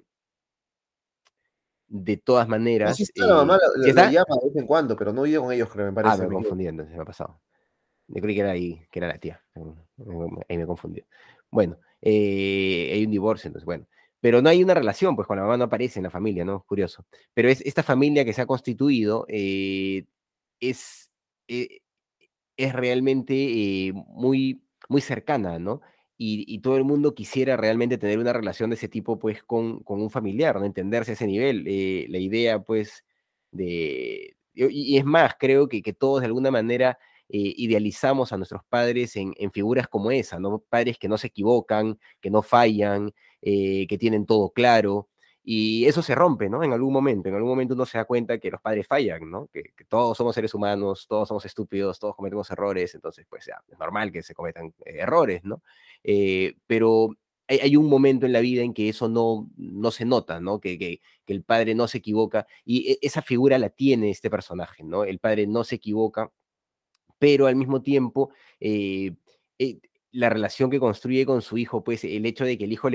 de todas No, sí maneras, está, la mamá ¿sí la está? llama de vez en cuando, pero no vive con ellos, creo, me Ah, parece. me Me equivoco. confundí entonces, me ha pasado. Yo creí que era ahí, que era la tía. Ahí me confundí. Bueno, hay un divorcio, entonces, bueno. Pero no hay una relación, pues con la mamá no aparece en la familia, ¿no? Curioso. Pero es esta familia que se ha constituido, es, eh, es realmente muy cercana, ¿no? Y todo el mundo quisiera realmente tener una relación de ese tipo, pues, con un familiar, ¿no? Entenderse a ese nivel. La idea, pues, y es más, creo que todos de alguna manera idealizamos a nuestros padres en figuras como esa, ¿no? Padres que no se equivocan, que no fallan, que tienen todo claro. Y eso se rompe, ¿no? En algún momento uno se da cuenta que los padres fallan, ¿no? Que todos somos seres humanos, todos somos estúpidos, todos cometemos errores, entonces pues ya, es normal que se cometan errores, ¿no? Pero hay un momento en la vida en que eso no se nota, ¿no? Que el padre no se equivoca y esa figura la tiene este personaje, ¿no? El padre no se equivoca, pero al mismo tiempo, eh, la relación que construye con su hijo, pues el hecho de que el hijo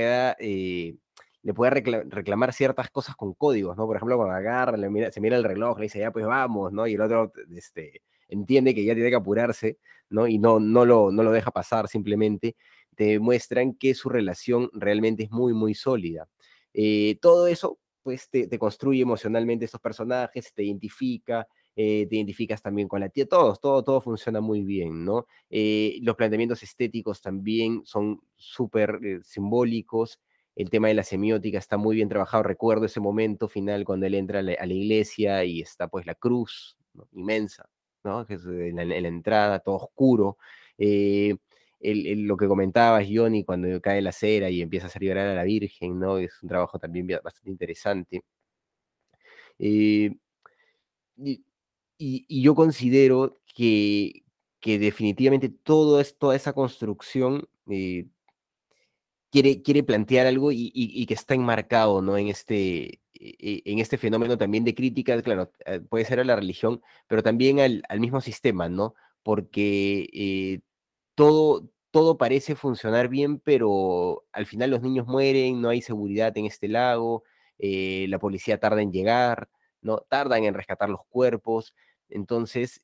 le pueda reclamar ciertas cosas con códigos, ¿no? Por ejemplo, cuando agarra, se mira el reloj, le dice, ya pues vamos, ¿no? Y el otro entiende que ya tiene que apurarse, ¿no? Y no lo deja pasar simplemente, te demuestran que su relación realmente es muy sólida. Todo eso, pues, te construye emocionalmente estos personajes, te identificas también con la tía, todo funciona muy bien, ¿no? Los planteamientos estéticos también son súper simbólicos, el tema de la semiótica está muy bien trabajado, recuerdo ese momento final cuando él entra a la iglesia y está pues la cruz, ¿no? Inmensa, ¿no? Que es en la entrada, todo oscuro. Eh, lo que comentabas, Johnny, cuando cae la cera y empieza a hacer llorar a la Virgen, ¿no? Es un trabajo también bastante interesante. Eh, y, y yo considero que definitivamente toda esa construcción quiere plantear algo y que está enmarcado, ¿no? En este fenómeno también de crítica, claro, puede ser a la religión, pero también al mismo sistema, ¿no? Porque todo parece funcionar bien, pero al final los niños mueren, no hay seguridad en este lago, la policía tarda en llegar, ¿no? Tardan en rescatar los cuerpos. Entonces,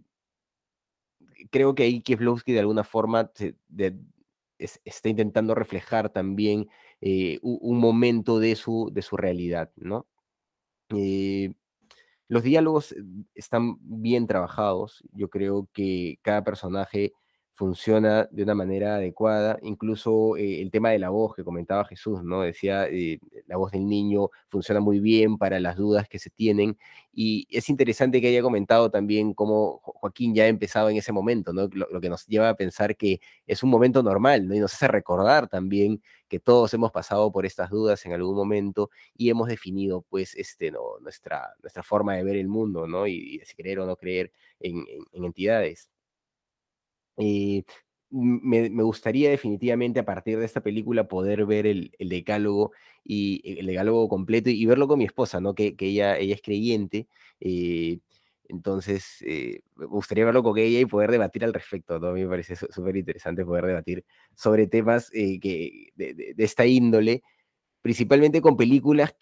creo que ahí Kieślowski de alguna forma está intentando reflejar también un momento de su realidad, ¿no? Eh, los diálogos están bien trabajados. Yo creo que cada personaje funciona de una manera adecuada. Incluso el tema de la voz que comentaba Jesús, ¿no? Decía, la voz del niño funciona muy bien para las dudas que se tienen. Y es interesante que haya comentado también cómo Joaquín ya ha empezado en ese momento, ¿no? Lo que nos lleva a pensar que es un momento normal, ¿no? Y nos hace recordar también que todos hemos pasado por estas dudas en algún momento y hemos definido, pues, ¿no? nuestra forma de ver el mundo, ¿no? Y de si creer o no creer en entidades. Eh, me gustaría definitivamente a partir de esta película poder ver el decálogo y el decálogo completo y verlo con mi esposa, ¿no? Que ella es creyente. Entonces, me gustaría verlo con ella y poder debatir al respecto, ¿no? A mí me parece súper interesante poder debatir sobre temas de esta índole, principalmente con películas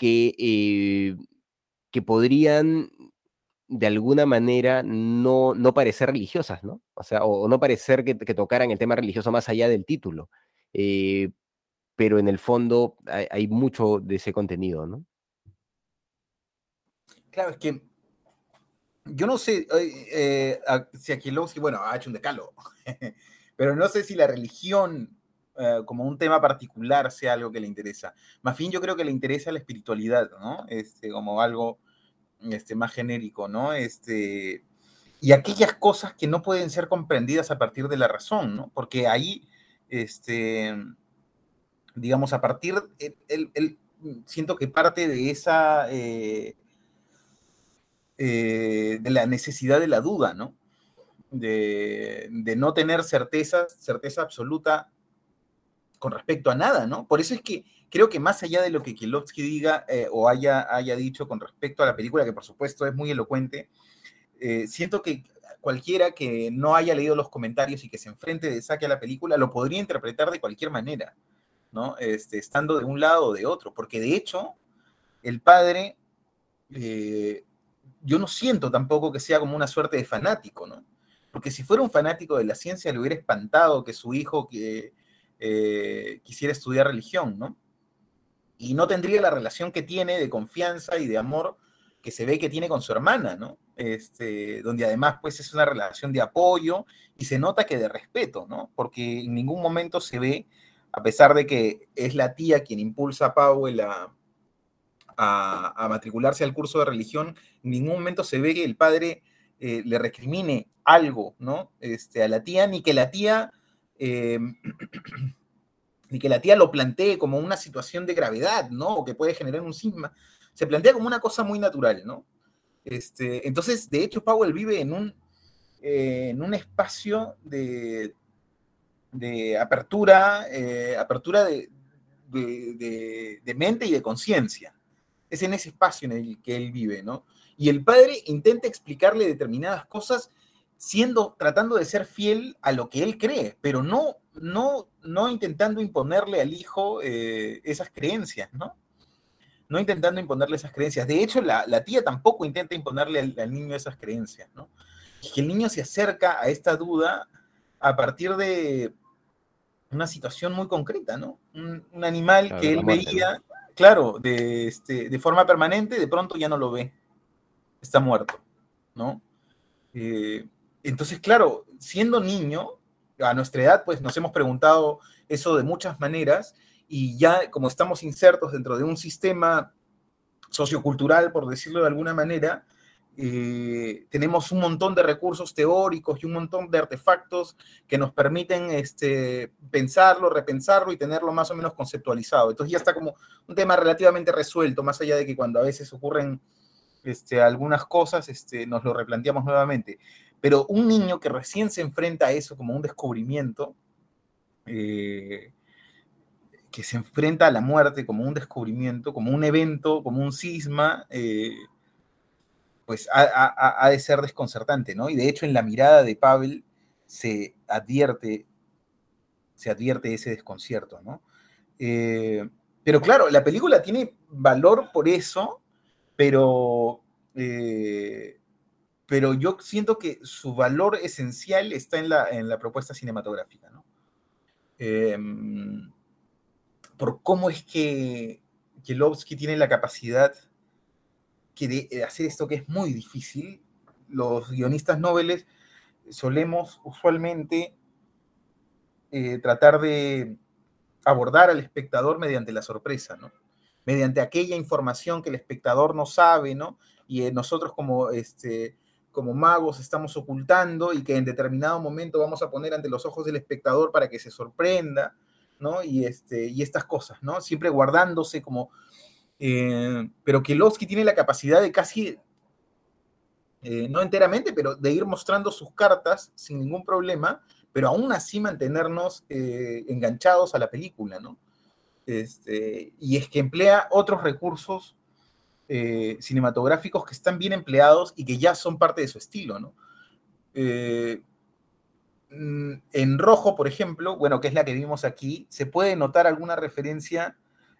que podrían de alguna manera no parecer religiosas, ¿no? O sea, o no parecer que tocaran el tema religioso más allá del título. Eh, pero en el fondo hay mucho de ese contenido, ¿no? Claro, es que yo no sé si Kieslowski, bueno, ha hecho un decálogo, pero no sé si la religión como un tema particular sea algo que le interesa. Más bien yo creo que le interesa la espiritualidad, ¿no? Como algo más genérico, ¿no? Y aquellas cosas que no pueden ser comprendidas a partir de la razón, ¿no? Porque ahí, digamos, a partir, él siento que parte de esa, de la necesidad de la duda, ¿no? De no tener certeza absoluta con respecto a nada, ¿no? Por eso es que creo que más allá de lo que Kieslowski diga o haya dicho con respecto a la película, que por supuesto es muy elocuente, siento que cualquiera que no haya leído los comentarios y que se enfrente de saque a la película lo podría interpretar de cualquier manera, ¿no? Estando de un lado o de otro, porque de hecho el padre, yo no siento tampoco que sea como una suerte de fanático, ¿no? Porque si fuera un fanático de la ciencia le hubiera espantado que su hijo quisiera estudiar religión, ¿no? Y no tendría la relación que tiene de confianza y de amor que se ve que tiene con su hermana, ¿no? Donde además pues es una relación de apoyo y se nota que de respeto, ¿no? Porque en ningún momento se ve, a pesar de que es la tía quien impulsa a Powell a matricularse al curso de religión, en ningún momento se ve que el padre le recrimine algo, ¿no? A la tía, ni que la tía lo plantee como una situación de gravedad, ¿no? O que puede generar un cisma. Se plantea como una cosa muy natural, ¿no? Entonces, de hecho, Powell vive en un espacio de apertura, apertura de mente y de conciencia. Es en ese espacio en el que él vive, ¿no? Y el padre intenta explicarle determinadas cosas tratando de ser fiel a lo que él cree, pero no intentando imponerle al hijo esas creencias, ¿no? No intentando imponerle esas creencias. De hecho, la tía tampoco intenta imponerle al niño esas creencias, ¿no? Y que el niño se acerca a esta duda a partir de una situación muy concreta, ¿no? Un animal Claro, que él muerte, veía, ¿no? Claro, de forma permanente, de pronto ya no lo ve, está muerto, ¿no? Entonces, claro, siendo niño, a nuestra edad, pues nos hemos preguntado eso de muchas maneras y ya como estamos insertos dentro de un sistema sociocultural, por decirlo de alguna manera, tenemos un montón de recursos teóricos y un montón de artefactos que nos permiten pensarlo, repensarlo y tenerlo más o menos conceptualizado. Entonces ya está como un tema relativamente resuelto, más allá de que cuando a veces ocurren algunas cosas, nos lo replanteamos nuevamente. Pero un niño que recién se enfrenta a eso como un descubrimiento, que se enfrenta a la muerte como un descubrimiento, como un evento, como un cisma, pues ha de ser desconcertante, ¿no? Y de hecho en la mirada de Pavel se advierte ese desconcierto, ¿no? Pero claro, la película tiene valor por eso, pero yo siento que su valor esencial está en la propuesta cinematográfica, ¿no? Por cómo es que Kieslowski tiene la capacidad de hacer esto que es muy difícil. Los guionistas noveles solemos usualmente tratar de abordar al espectador mediante la sorpresa, ¿no? Mediante aquella información que el espectador no sabe, ¿no? Y nosotros como magos estamos ocultando y que en determinado momento vamos a poner ante los ojos del espectador para que se sorprenda, ¿no? Y estas cosas, ¿no? Siempre guardándose como... pero Kiełowski tiene la capacidad de casi, no enteramente, pero de ir mostrando sus cartas sin ningún problema, pero aún así mantenernos enganchados a la película, ¿no? Y es que emplea otros recursos cinematográficos que están bien empleados y que ya son parte de su estilo, ¿no? En Rojo, por ejemplo, bueno, que es la que vimos aquí, se puede notar alguna referencia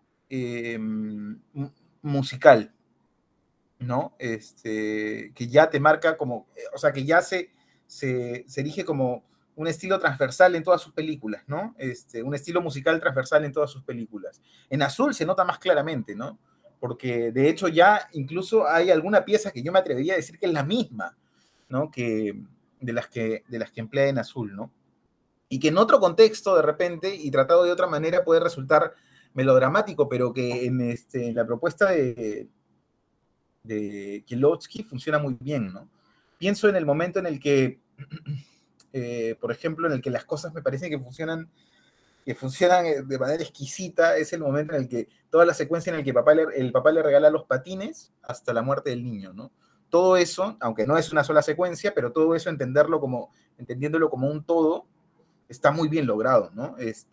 musical, ¿no? Que ya te marca como, o sea, que ya se erige como un estilo transversal en todas sus películas, ¿no? Un estilo musical transversal en todas sus películas. En Azul se nota más claramente, ¿no? Porque de hecho ya incluso hay alguna pieza que yo me atrevería a decir que es la misma, ¿no? De las que emplea en Azul, ¿no? Y que en otro contexto, de repente, y tratado de otra manera, puede resultar melodramático, pero que en la propuesta de Kiełowski funciona muy bien, ¿no? Pienso en el momento en el que, por ejemplo, en el que las cosas me parecen que funcionan de manera exquisita, es el momento en el que, toda la secuencia en el que el papá le regala los patines hasta la muerte del niño, ¿no? Todo eso, aunque no es una sola secuencia, pero todo eso entendiéndolo como un todo, está muy bien logrado, ¿no?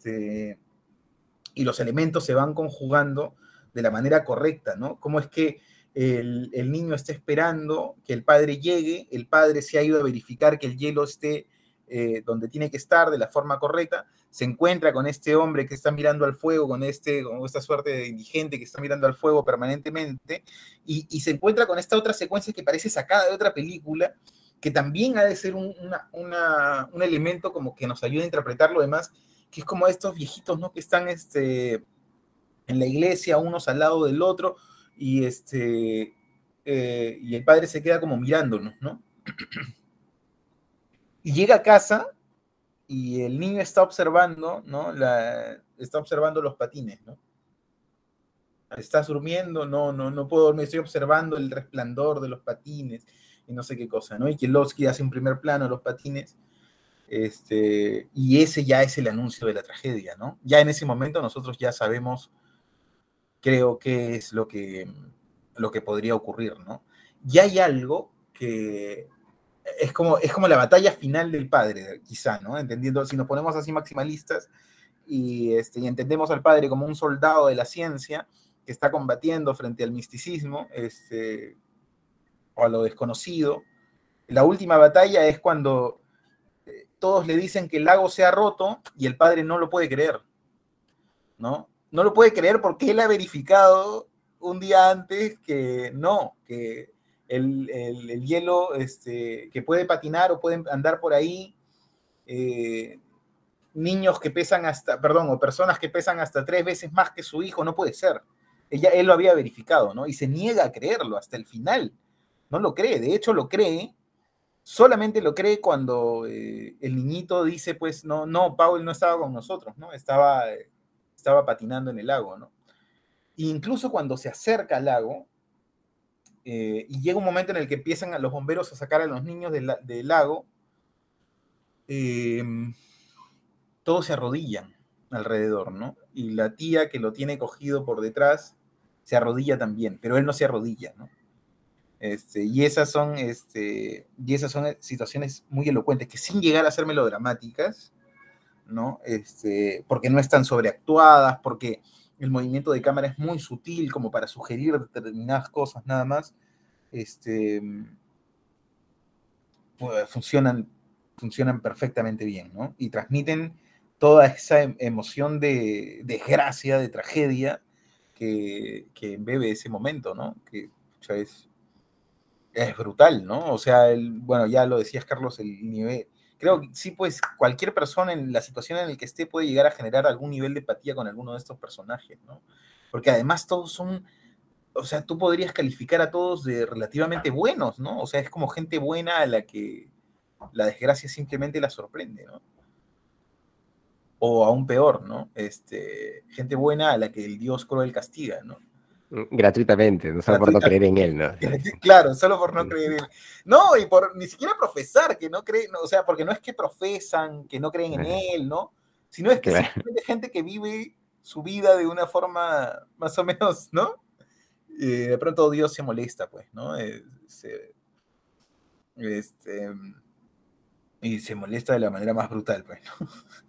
Y los elementos se van conjugando de la manera correcta, ¿no? Cómo es que el niño está esperando que el padre llegue, el padre se ha ido a verificar que el hielo esté donde tiene que estar de la forma correcta, se encuentra con este hombre que está mirando al fuego, con esta suerte de indigente que está mirando al fuego permanentemente, y se encuentra con esta otra secuencia que parece sacada de otra película, que también ha de ser un elemento como que nos ayuda a interpretar lo demás, que es como estos viejitos, ¿no? Que están en la iglesia, unos al lado del otro, y el padre se queda como mirándonos, ¿no? Y llega a casa y el niño está observando, ¿no? Está observando los patines, ¿no? ¿Estás durmiendo? No puedo dormir, estoy observando el resplandor de los patines y no sé qué cosa, ¿no? Y Kiełowski hace un primer plano de los patines, y ese ya es el anuncio de la tragedia, ¿no? Ya en ese momento nosotros ya sabemos, creo, qué es lo que podría ocurrir, ¿no? Ya hay algo que es como la batalla final del padre, quizá, ¿no? Entendiendo, si nos ponemos así maximalistas y entendemos al padre como un soldado de la ciencia que está combatiendo frente al misticismo, o a lo desconocido. La última batalla es cuando todos le dicen que el lago se ha roto y el padre no lo puede creer, ¿no? No lo puede creer porque él ha verificado un día antes que no, que el hielo, que puede patinar o pueden andar por ahí, niños que pesan o personas que pesan hasta 3 veces más que su hijo, no puede ser. Él lo había verificado, ¿no? Y se niega a creerlo hasta el final. No lo cree, de hecho lo cree, solamente lo cree cuando el niñito dice, pues, no, Paul no estaba con nosotros, ¿no? Estaba patinando en el lago, ¿no? E incluso cuando se acerca al lago, y llega un momento en el que empiezan a los bomberos a sacar a los niños del lago, todos se arrodillan alrededor, ¿no? Y la tía que lo tiene cogido por detrás se arrodilla también, pero él no se arrodilla, ¿no? Y esas son situaciones muy elocuentes que, sin llegar a ser melodramáticas, ¿no? Porque no están sobreactuadas, porque el movimiento de cámara es muy sutil como para sugerir determinadas cosas nada más, pues funcionan perfectamente bien, ¿no? Y transmiten toda esa emoción de desgracia, de tragedia que embebe ese momento, ¿no? Que es brutal, ¿no? O sea, bueno, ya lo decías, Carlos, el nivel... Creo que sí, pues cualquier persona en la situación en la que esté puede llegar a generar algún nivel de empatía con alguno de estos personajes, ¿no? Porque además todos son... O sea, tú podrías calificar a todos de relativamente buenos, ¿no? O sea, es como gente buena a la que la desgracia simplemente la sorprende, ¿no? o aún peor, ¿no? Gente buena a la que el Dios cruel castiga, ¿no? Gratuitamente, no solo por no creer en él, ¿no? Claro, solo por no creer en él. No, y por ni siquiera profesar que no creen, o sea, porque no es que profesan, que no creen en él, ¿no? Sino es que Claro. simplemente gente que vive su vida de una forma más o menos, ¿no? De pronto Dios se molesta, pues, ¿no? Este, y se molesta de la manera más brutal, pues, ¿no?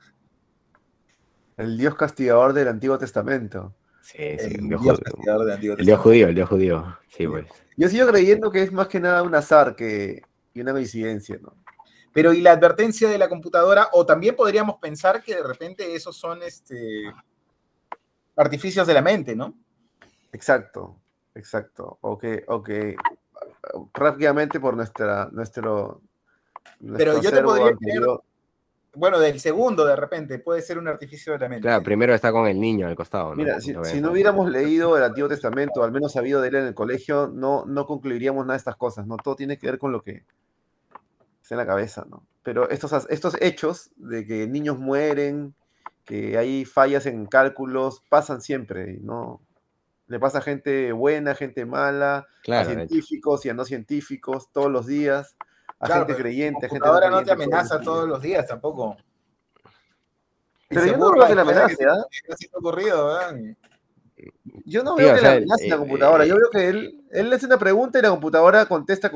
El Dios castigador del Antiguo Testamento. Sí, El Dios castigador del Antiguo el Dios Testamento. judío, el Dios judío. Sí, pues. Yo sigo creyendo que es más que nada un azar y una coincidencia, ¿no? Pero y la advertencia de la computadora, o también podríamos pensar que de repente esos son artificios de la mente, ¿no? Exacto. O que rápidamente por nuestro Pero yo te acervo podría anterior. Bueno, del segundo de repente, puede ser un artificio de la mente. Claro, primero está con el niño al costado, ¿no? Mira, si no hubiéramos leído el Antiguo Testamento, al menos sabido de él en el colegio, no concluiríamos nada de estas cosas, ¿no? Todo tiene que ver con lo que está en la cabeza, ¿no? Pero estos hechos de que niños mueren, que hay fallas en cálculos, pasan siempre, ¿no? Le pasa a gente buena, a gente mala, Claro, a científicos y a no científicos, todos los días, a Claro, gente pero creyente, la a gente no computadora no te creyente. amenaza todos los días tampoco. Y Pero se yo no burla veo que la después de amenace, ¿ah? que ha sido ocurrido, ¿verdad? Yo no Sí, veo o que la sea, amenace la computadora. Yo veo que él hace una pregunta y la computadora contesta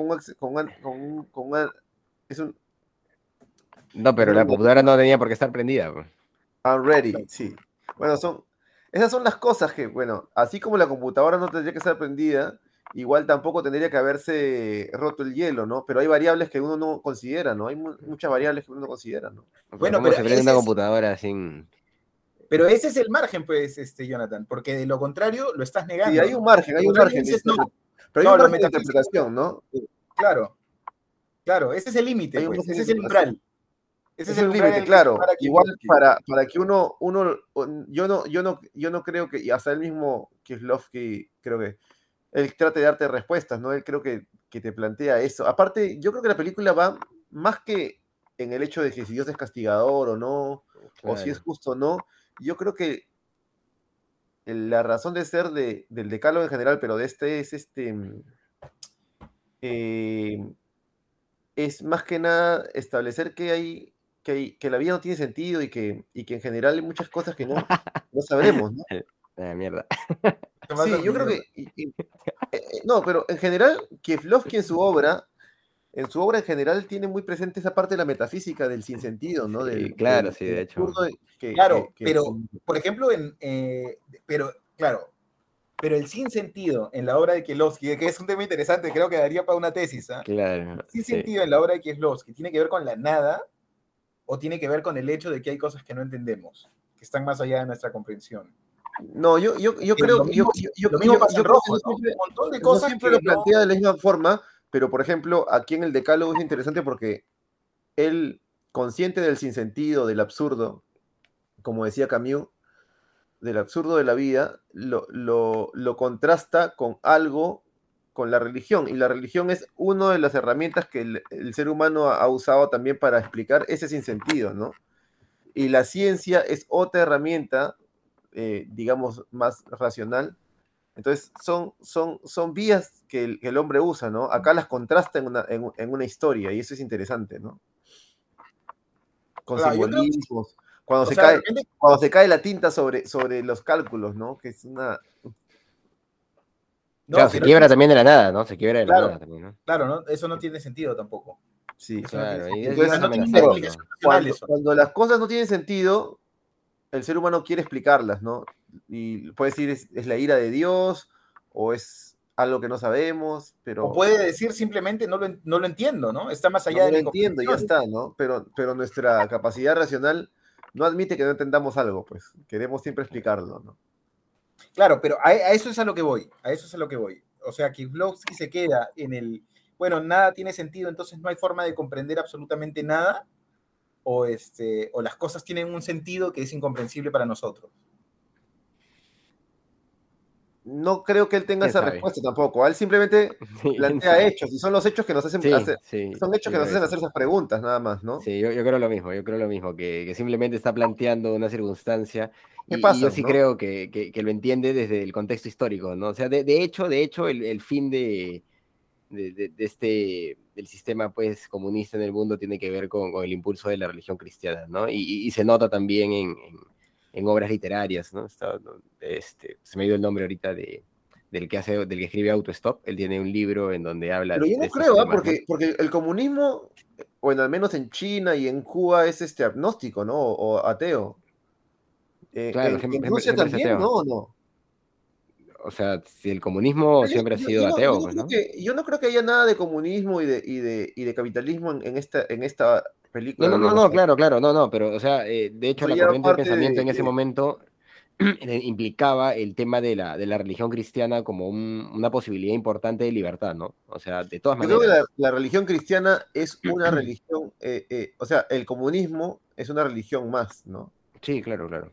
es un no, es pero un la computadora algoritmo. no tenía por qué estar prendida, pues. I'm ready, sí. Bueno, esas son las cosas que, bueno, así como la computadora no tendría que estar prendida, igual tampoco tendría que haberse roto el hielo, ¿no? Pero hay variables que uno no considera, ¿no? Hay muchas variables que uno no considera, ¿no? Pero Bueno, ¿cómo se prende una computadora sin...? pero ese es el margen, pues, Jonathan, porque de lo contrario lo estás Sí, negando, hay un ¿no? margen, De hay lo un contrario margen de dices, no, pero hay no, un lo margen de metafísico, interpretación, ¿no? claro, claro, ese es el límite, Hay un pues, margen de ese es el interpretación. umbral. Ese es Es el un umbral límite, en el que se claro. para Igual Kieslowski. para que yo no creo que, y hasta él mismo, Kieslowski, creo que él trate de darte respuestas, ¿no? Él creo que te plantea eso. Aparte, yo creo que la película va más que en el hecho de que si Dios es castigador o no, o si es Claro. justo o no, yo creo que la razón de ser del decálogo en general, pero de este eh, es más que nada establecer que la vida no tiene sentido y que en general hay muchas cosas que no sabremos, ¿no? Ah, mierda. Te vas a Sí, yo creo olvidar. que, no, pero en general, Kieslowski en su obra en general tiene muy presente esa parte de la metafísica del sinsentido, ¿no? Sí, claro, sí, Del de hecho. absurdo Claro, pero, por ejemplo, pero el sinsentido en la obra de Kieslowski, que es un tema interesante, creo que daría para una tesis, ¿ah? Claro, El sí. sentido en la obra de Kieslowski tiene que ver con la nada o tiene que ver con el hecho de que hay cosas que no entendemos, que están más allá de nuestra comprensión. No, yo creo, Lo mismo pasa yo en creo que rojo, ¿no? Un montón de no cosas siempre que lo no. plantea de la misma forma, pero por ejemplo, aquí en el Decálogo es interesante porque él, consciente del sinsentido, del absurdo, como decía Camus, del absurdo de la vida, lo contrasta con algo, con la religión. Y la religión es una de las herramientas que el ser humano ha usado también para explicar ese sinsentido, ¿no? Y la ciencia es otra herramienta, digamos, más racional. Entonces, son vías que el hombre usa, ¿no? Acá las contrasta en una historia, y eso es interesante, ¿no? Con Claro, yo creo que, simbolismos. Cuando o se sea, de cae, repente, cuando se cae la tinta sobre los cálculos, ¿no? Que es una. no, Claro, que se no tiene quiebra también de la sentido. nada, ¿no? Se quiebra de la Claro, nada también, ¿no? claro, ¿no? Eso no tiene sentido tampoco. Sí. Eso no tiene Claro, y sentido. O sea, ibas Entonces, a no tiene una amenazarlo, explicación ¿no? racional eso. cuando las cosas no tienen sentido, el ser humano quiere explicarlas, ¿no? Y puede decir es la ira de Dios o es algo que no sabemos, O pero puede decir simplemente no lo entiendo, ¿no? Está más allá no de lo mi entiendo y ya comprensión. está, ¿no? Pero nuestra capacidad racional no admite que no entendamos algo, pues queremos siempre explicarlo, ¿no? Claro, pero a eso es a lo que voy. A eso es a lo que voy. O sea, Kieslowski se queda en el. Bueno, nada tiene sentido, entonces no hay forma de comprender absolutamente nada. O las cosas tienen un sentido que es incomprensible para nosotros. no creo que él tenga ¿Quién esa sabe? respuesta tampoco. Él simplemente Sí, quién plantea sabe. hechos, y son los hechos que nos hacen Sí, hacer, sí, son hechos yo que nos creo hacen eso. hacer esas preguntas, nada más, ¿no? Sí, yo creo lo mismo, que simplemente está planteando una circunstancia ¿Qué y yo pasa, sí no? creo que lo entiende desde el contexto histórico, ¿no? O sea, de hecho el fin del sistema pues comunista en el mundo tiene que ver con el impulso de la religión cristiana, ¿no? Y se nota también en obras literarias, ¿no? Se me dio el nombre ahorita del que escribe Autostop, él tiene un libro en donde habla Pero yo de no estos creo, ¿ah? temas, ¿no? Porque el comunismo, bueno, al menos en China y en Cuba es agnóstico, ¿no? O ateo. Claro, En siempre, Rusia siempre es también, ¿no? ateo. ¿O no? O sea, si el comunismo siempre ha sido ateo, pues, ¿no? Yo no creo que haya nada de comunismo y de capitalismo en esta No, película no, de no, los... no, claro, claro, no, no, pero, o sea, de O hecho sea, la ya era corriente de parte pensamiento de... en ese momento implicaba el tema de la religión cristiana como una posibilidad importante de libertad, ¿no? O sea, de todas Yo creo que maneras. la religión cristiana es una religión, o sea, el comunismo es una religión más, ¿no? Sí, claro, claro.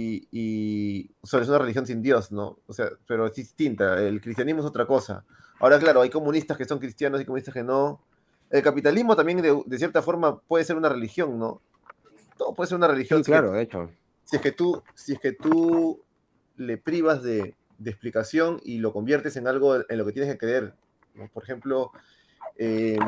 O sea, es una religión sin Dios, ¿no? O sea, pero es distinta. El cristianismo es otra cosa. Ahora, claro, hay comunistas que son cristianos y comunistas que no. El capitalismo también, de cierta forma, puede ser una religión, ¿no? Todo puede ser una religión Sí, claro, de hecho. si es que tú le privas de explicación y lo conviertes en algo en lo que tienes que creer, ¿no? Por ejemplo, eh,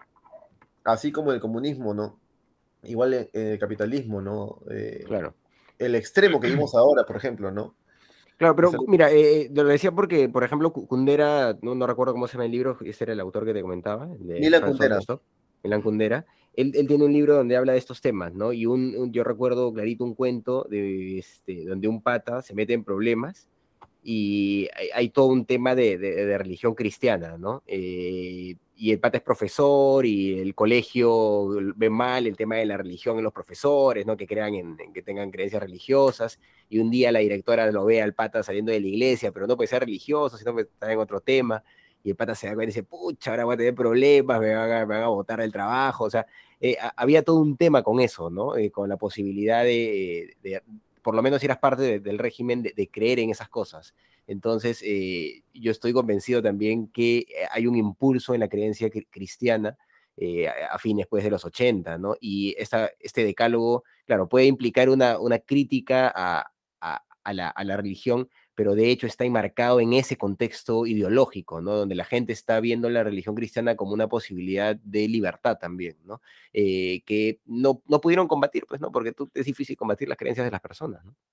así como el comunismo, ¿no? Igual en el capitalismo, ¿no? Claro. El extremo que vimos ahora, por ejemplo, ¿no? Claro, Es pero algo- mira, lo decía porque, por ejemplo, Kundera, no recuerdo cómo se llama el libro, ese era el autor que te comentaba, el de Milan Franz Kundera. Autostop, Milan Kundera. Él tiene un libro donde habla de estos temas, ¿no? Y yo recuerdo clarito un cuento donde un pata se mete en problemas y hay todo un tema de religión cristiana, ¿no? Y el pata es profesor y el colegio ve mal el tema de la religión en los profesores, ¿no? Que crean en que tengan creencias religiosas y un día la directora lo ve al pata saliendo de la iglesia, pero no puede ser religioso, sino que está en otro tema, y el pata se da cuenta y dice, pucha, ahora voy a tener problemas, me van a botar del trabajo, o sea, había todo un tema con eso, ¿no? Con la posibilidad por lo menos si eras parte del régimen, de creer en esas cosas. Entonces, yo estoy convencido también que hay un impulso en la creencia cristiana a fines pues, de los 80, ¿no? Y este decálogo, claro, puede implicar una crítica a la religión, pero de hecho está enmarcado en ese contexto ideológico, ¿no? Donde la gente está viendo la religión cristiana como una posibilidad de libertad también, ¿no? Que no pudieron combatir, pues, ¿no? Porque es difícil combatir las creencias de las personas, ¿no?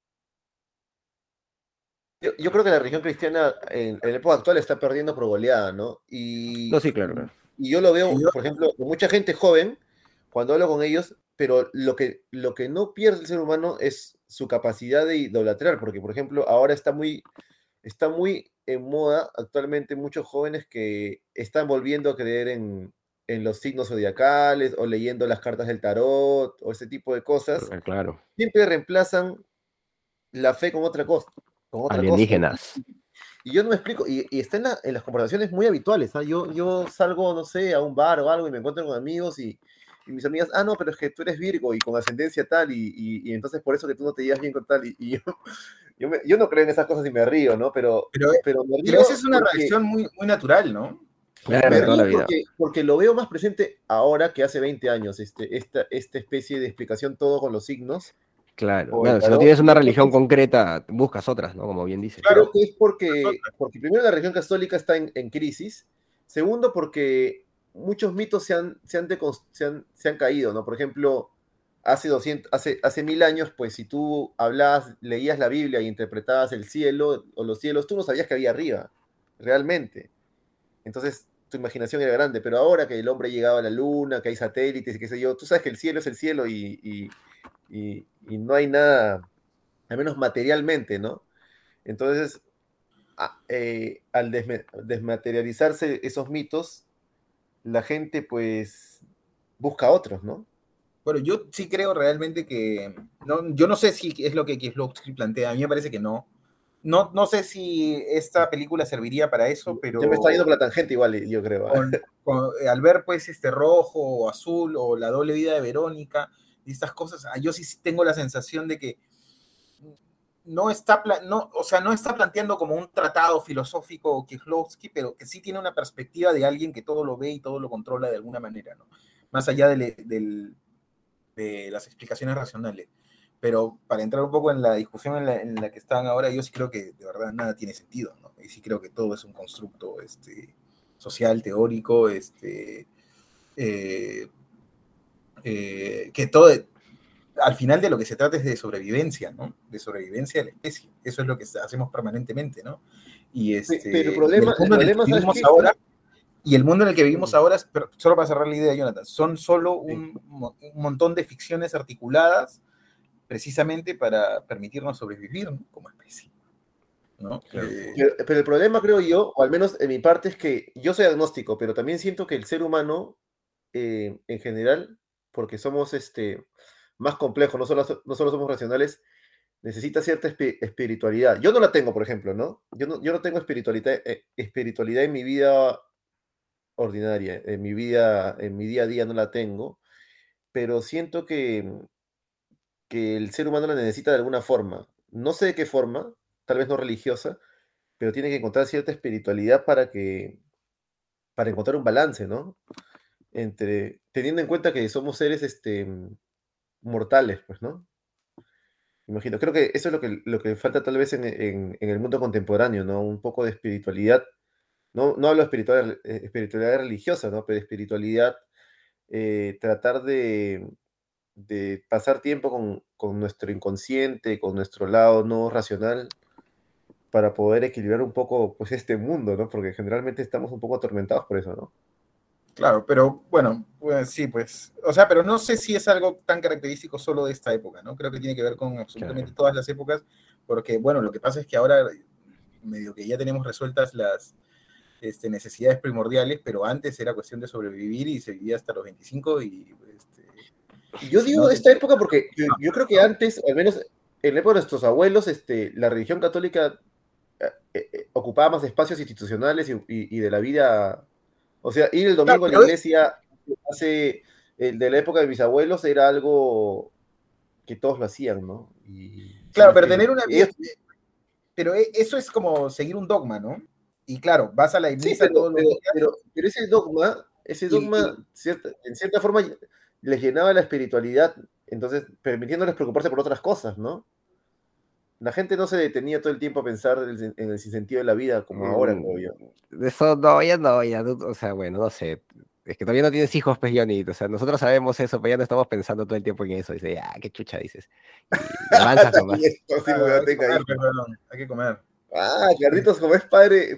Yo creo que la religión cristiana en la época actual está perdiendo por goleada, ¿no? No, sí, claro, claro. Y yo lo Y veo, yo, por ejemplo, con mucha gente joven, cuando hablo con ellos, pero lo que no pierde el ser humano es su capacidad de idolatrar, porque, por ejemplo, ahora está muy en moda actualmente muchos jóvenes que están volviendo a creer en los signos zodiacales o leyendo las cartas del tarot o ese tipo de cosas. Claro. Siempre reemplazan la fe con otra cosa. Alienígenas. Y yo no me explico, y está en las conversaciones muy habituales, ¿ah? Yo salgo, no sé, a un bar o algo y me encuentro con amigos y mis amigas, no, pero es que tú eres Virgo y con ascendencia tal, y entonces por eso que tú no te llevas bien con tal, y yo, yo no creo en esas cosas y me río, ¿no? pero, Pero me pero río esa es una reacción muy, muy natural, ¿no? Claro, me de toda río la vida. porque lo veo más presente ahora que hace 20 años, esta especie de explicación todo con los signos Claro. o el Bueno, si no tarot. tienes una religión concreta, buscas otras, ¿no? Como bien dices. Claro, Creo que es nosotros. porque primero la religión católica está en crisis, segundo porque muchos mitos se han caído, ¿no? Por ejemplo, hace 1000 años, pues si tú hablabas, leías la Biblia y interpretabas el cielo o los cielos, tú no sabías que había arriba, realmente. Entonces tu imaginación era grande, pero ahora que el hombre ha llegado a la luna, que hay satélites y qué sé yo, tú sabes que el cielo es el cielo y no hay nada, al menos materialmente, ¿no? Entonces, al desmaterializarse esos mitos, la gente pues busca otros, ¿no? Bueno, yo sí creo realmente que, no, yo no sé si es lo que Kieslowski plantea, a mí me parece que no. No sé si esta película serviría para eso, Ya me está yendo pero por la tangente igual, yo creo. ¿Ah? al ver pues este rojo o azul o la doble vida de Verónica y estas cosas, yo sí tengo la sensación de que no está, o sea, no está planteando como un tratado filosófico Kieślowski, pero que sí tiene una perspectiva de alguien que todo lo ve y todo lo controla de alguna manera, ¿no? Más allá de las explicaciones racionales. Pero para entrar un poco en la discusión en la que están ahora, yo sí creo que de verdad nada tiene sentido, ¿no? Y sí creo que todo es un constructo social, teórico, que todo, al final de lo que se trata es de sobrevivencia, ¿no? De sobrevivencia de la especie. Eso es lo que hacemos permanentemente, ¿no? Y, Pero y el mundo en el que ¿sabes vivimos qué? ahora, y el mundo en el que vivimos ahora, pero solo para cerrar la idea, Jonathan, son solo un montón de ficciones articuladas precisamente para permitirnos sobrevivir, ¿no? Como especie, ¿no? Claro. Pero el problema, creo yo, o al menos en mi parte, es que yo soy agnóstico, pero también siento que el ser humano, en general, porque somos más complejos, no solo somos racionales, necesita cierta espiritualidad. Yo no la tengo, por ejemplo, ¿no? Yo no tengo espiritualidad en mi vida ordinaria, en mi día a día no la tengo, pero siento que el ser humano la necesita de alguna forma. No sé de qué forma, tal vez no religiosa, pero tiene que encontrar cierta espiritualidad para encontrar un balance, ¿no? Teniendo en cuenta que somos seres mortales, pues, ¿no? Imagino, creo que eso es lo que falta tal vez en el mundo contemporáneo, ¿no? Un poco de espiritualidad. No hablo de espiritualidad religiosa, ¿no? Pero de espiritualidad, tratar de pasar tiempo con nuestro inconsciente, con nuestro lado no racional, para poder equilibrar un poco, pues, este mundo, ¿no? Porque generalmente estamos un poco atormentados por eso, ¿no? Claro, pero bueno, pues sí, pues, o sea, pero no sé si es algo tan característico solo de esta época, ¿no? Creo que tiene que ver con absolutamente Claro. todas las épocas, porque, bueno, lo que pasa es que ahora medio que ya tenemos resueltas las necesidades primordiales, pero antes era cuestión de sobrevivir y se vivía hasta los 25 y, Yo si no, digo esta época porque yo creo que antes, al menos en la época de nuestros abuelos, la religión católica ocupaba más espacios institucionales y de la vida. O sea, ir el claro, domingo a la pero iglesia de la época de mis abuelos era algo que todos lo hacían, ¿no? Y si claro, no es pero que tener una vida, ellos, pero eso es como seguir un dogma, ¿no? Y claro, vas a la sí, misa todos los días pero ese y dogma, en cierta forma, les llenaba la espiritualidad, entonces permitiéndoles preocuparse por otras cosas, ¿no? La gente no se detenía todo el tiempo a pensar en el sinsentido de la vida como ahora, creo yo. Eso no, ya, o sea, bueno, no sé. Es que todavía no tienes hijos, pues, Johnny. O sea, nosotros sabemos eso, pero ya no estamos pensando todo el tiempo en eso. Dice, ya, qué chucha, dices. Y avanzas nomás. También es posible que claro, no hay que tenga comer, hijos. perdón, hay que comer. Carlitos, como es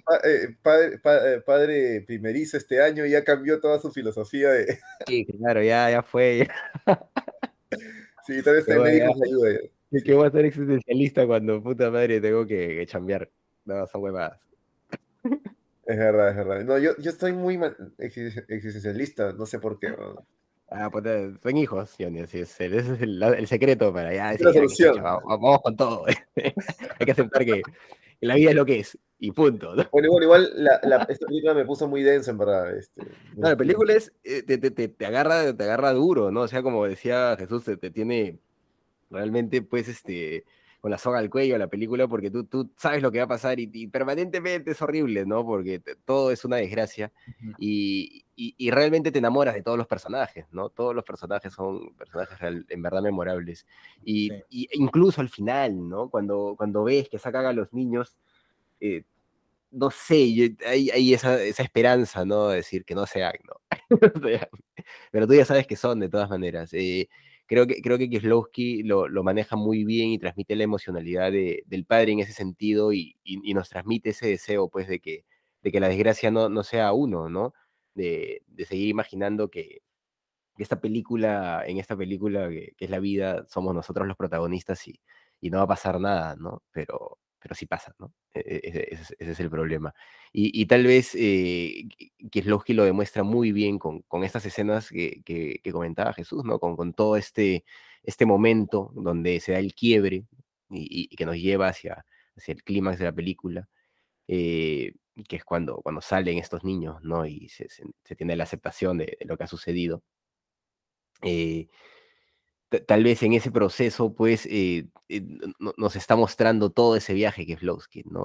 padre primerizo este año, ya cambió toda su filosofía de... Sí, claro, ya fue. Sí, tal vez Que el voy médico a, le ayude. que Sí, voy a ser existencialista cuando puta madre tengo que chambear. No, son huevadas. es verdad, es verdad. No, yo estoy muy existencialista, no sé por qué. ¿No? Ah, puta, son hijos, Johnny, así es. Ese es el secreto para ya Es decir, la ya, que chucha, solución. vamos con todo. Hay que aceptar que la vida es lo que es, y punto, ¿no? Bueno, igual esta película me puso muy denso, en verdad. No, la película es, te agarra duro, ¿no? O sea, como decía Jesús, te tiene realmente, pues, con la soga al cuello la película, porque tú sabes lo que va a pasar y permanentemente es horrible, ¿no? Porque todo es una desgracia y realmente te enamoras de todos los personajes, ¿no? Todos los personajes son personajes en verdad memorables. Sí. Y incluso al final, ¿no? Cuando ves que sacan a los niños, eh, no sé, hay esa esperanza, ¿no? De decir que no sean, ¿no? O sea, pero tú ya sabes que son, de todas maneras. Creo que Kieślowski lo maneja muy bien y transmite la emocionalidad del padre en ese sentido y nos transmite ese deseo, pues, de que la desgracia no sea uno, ¿no? De seguir imaginando que en esta película que es la vida, somos nosotros los protagonistas y no va a pasar nada, ¿no? Pero sí pasa, ¿no? Ese es el problema. Y tal vez Kieślowski lo demuestra muy bien con estas escenas que comentaba Jesús, ¿no? Con todo este momento donde se da el quiebre y que nos lleva hacia el clímax de la película, que es cuando salen estos niños, ¿no? Y se tiene la aceptación de lo que ha sucedido. Eh, tal vez en ese proceso, pues, nos está mostrando todo ese viaje que es Kieslowski, ¿no?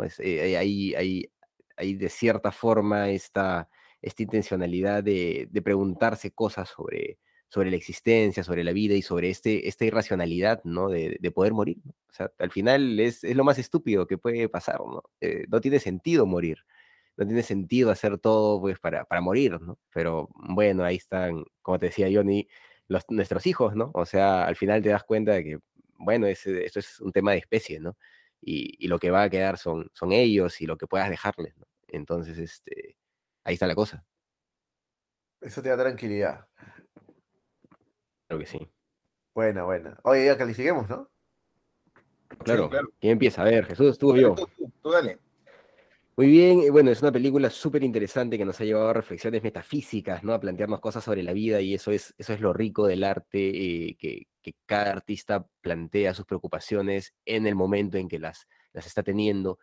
Hay de cierta forma esta intencionalidad de preguntarse cosas sobre la existencia, sobre la vida y sobre esta irracionalidad, ¿no? De poder morir, ¿no? O sea, al final es lo más estúpido que puede pasar, ¿no? No tiene sentido morir, no tiene sentido hacer todo, pues, para morir, ¿no? Pero bueno, ahí están, como te decía Johnny, nuestros hijos, ¿no? O sea, al final te das cuenta de que, bueno, esto es un tema de especie, ¿no? Y lo que va a quedar son ellos y lo que puedas dejarles, ¿no? Entonces, ahí está la cosa. Eso te da tranquilidad. Creo que sí. Buena, buena. Oye, ya califiquemos, ¿no? Sí, Claro. claro. ¿Quién empieza? A ver, Jesús, tú o Dale yo. tú dale. Muy bien, bueno, es una película súper interesante que nos ha llevado a reflexiones metafísicas, ¿no? A plantearnos cosas sobre la vida y eso es lo rico del arte, que cada artista plantea sus preocupaciones en el momento en que las está teniendo.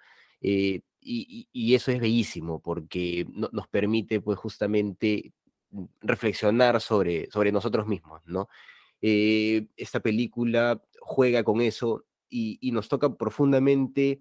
Y eso es bellísimo porque nos permite, pues, justamente reflexionar sobre nosotros mismos, ¿no? Esta película juega con eso y nos toca profundamente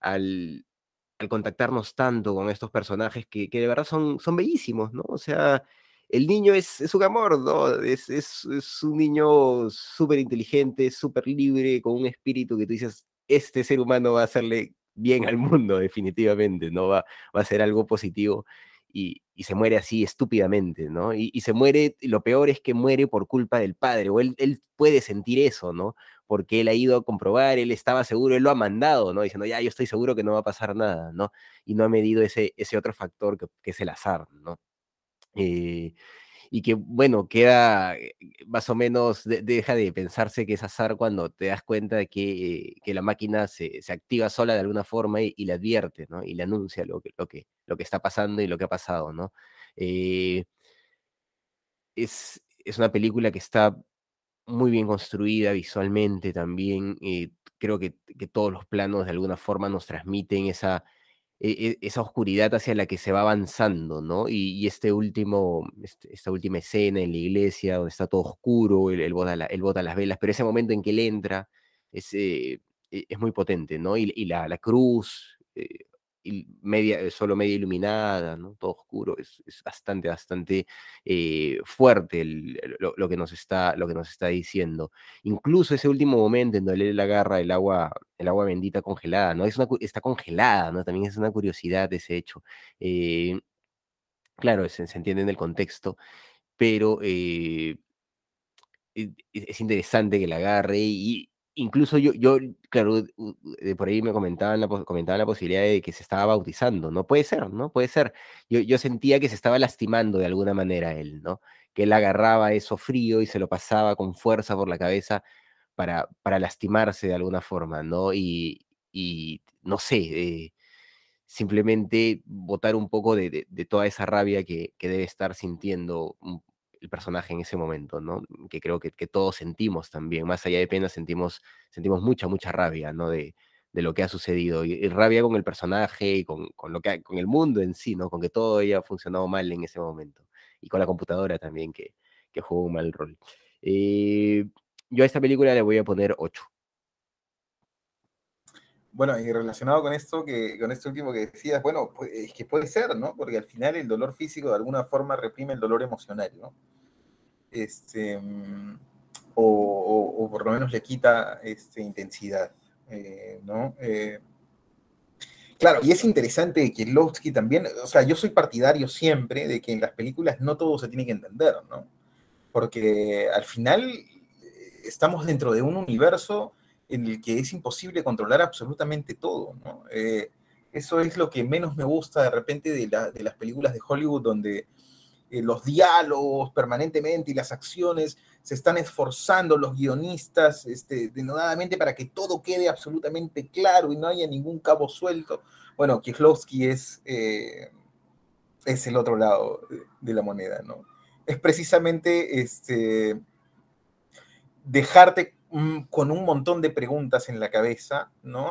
al contactarnos tanto con estos personajes que de verdad son bellísimos, ¿no? O sea, el niño es un amor, ¿no? Es un niño súper inteligente, súper libre, con un espíritu que tú dices, este ser humano va a hacerle bien al mundo, definitivamente, ¿no? Va a ser algo positivo. Y se muere así estúpidamente, ¿no? Y se muere, y lo peor es que muere por culpa del padre, o él puede sentir eso, ¿no? Porque él ha ido a comprobar, él estaba seguro, él lo ha mandado, ¿no? Diciendo, ya, yo estoy seguro que no va a pasar nada, ¿no? Y no ha medido ese otro factor que es el azar, ¿no? Eh, y que, bueno, queda más o menos, deja de pensarse que es azar cuando te das cuenta de que la máquina se activa sola de alguna forma y le advierte, ¿no? Y le anuncia lo que está pasando y lo que ha pasado, ¿no? Eh, es una película que está muy bien construida visualmente también. Creo que todos los planos de alguna forma nos transmiten esa oscuridad hacia la que se va avanzando, ¿no? Y esta última escena en la iglesia, donde está todo oscuro, él bota las velas, pero ese momento en que él entra es muy potente, ¿no? Y la cruz, solo media iluminada, ¿no? Todo oscuro, es bastante fuerte lo que nos está diciendo. Incluso ese último momento en donde él agarra el agua bendita congelada, ¿no? Está congelada, ¿no? También es una curiosidad ese hecho. Eh, claro, se entiende en el contexto, pero es interesante que la agarre y incluso claro, de por ahí me comentaban la posibilidad de que se estaba bautizando, ¿no? Puede ser, ¿no? Puede ser. Yo sentía que se estaba lastimando de alguna manera él, ¿no? Que él agarraba eso frío y se lo pasaba con fuerza por la cabeza para lastimarse de alguna forma, ¿no? Y no sé, simplemente botar un poco de toda esa rabia que debe estar sintiendo el personaje en ese momento, ¿no? Que creo que todos sentimos también, más allá de pena, sentimos mucha rabia, ¿no? De lo que ha sucedido, y rabia con el personaje y con con el mundo en sí, ¿no? Con que todo haya funcionado mal en ese momento, y con la computadora también que jugó un mal rol. Eh, yo a esta película le voy a poner 8. Bueno, y relacionado con esto, con esto último que decías, bueno, pues, es que puede ser, ¿no? Porque al final el dolor físico de alguna forma reprime el dolor emocional, ¿no? Este, o por lo menos le quita intensidad, ¿no? Claro, y es interesante que Kieslowski también, o sea, yo soy partidario siempre de que en las películas no todo se tiene que entender, ¿no? Porque al final estamos dentro de un universo en el que es imposible controlar absolutamente todo, ¿no? Eso es lo que menos me gusta de repente de las películas de Hollywood, donde los diálogos permanentemente y las acciones se están esforzando los guionistas denodadamente para que todo quede absolutamente claro y no haya ningún cabo suelto. Bueno, Kieslowski es el otro lado de la moneda, ¿no? Es precisamente dejarte con un montón de preguntas en la cabeza, ¿no?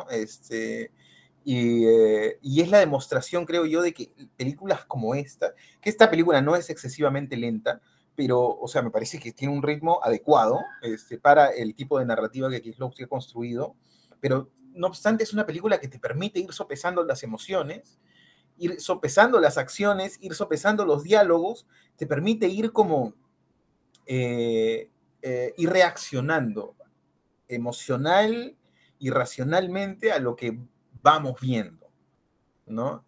Y es la demostración, creo yo, de que películas como esta, que esta película no es excesivamente lenta, pero, o sea, me parece que tiene un ritmo adecuado para el tipo de narrativa que Kieslowski ha construido, pero no obstante es una película que te permite ir sopesando las emociones, ir sopesando las acciones, ir sopesando los diálogos, te permite ir como ir reaccionando emocional y racionalmente a lo que vamos viendo, ¿no?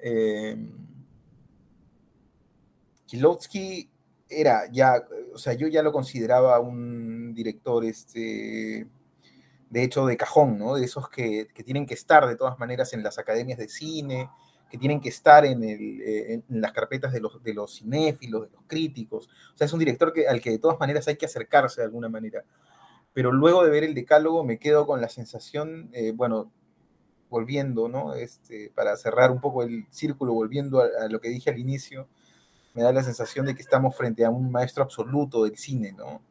Kieslowski era ya, o sea, yo ya lo consideraba un director, de hecho, de cajón, ¿no? De esos que tienen que estar de todas maneras en las academias de cine, que tienen que estar en las carpetas de los cinéfilos, de los críticos. O sea, es un director al que de todas maneras hay que acercarse de alguna manera. Pero luego de ver el Decálogo me quedo con la sensación, bueno, volviendo, ¿no? Para cerrar un poco el círculo, volviendo a lo que dije al inicio, me da la sensación de que estamos frente a un maestro absoluto del cine, ¿no?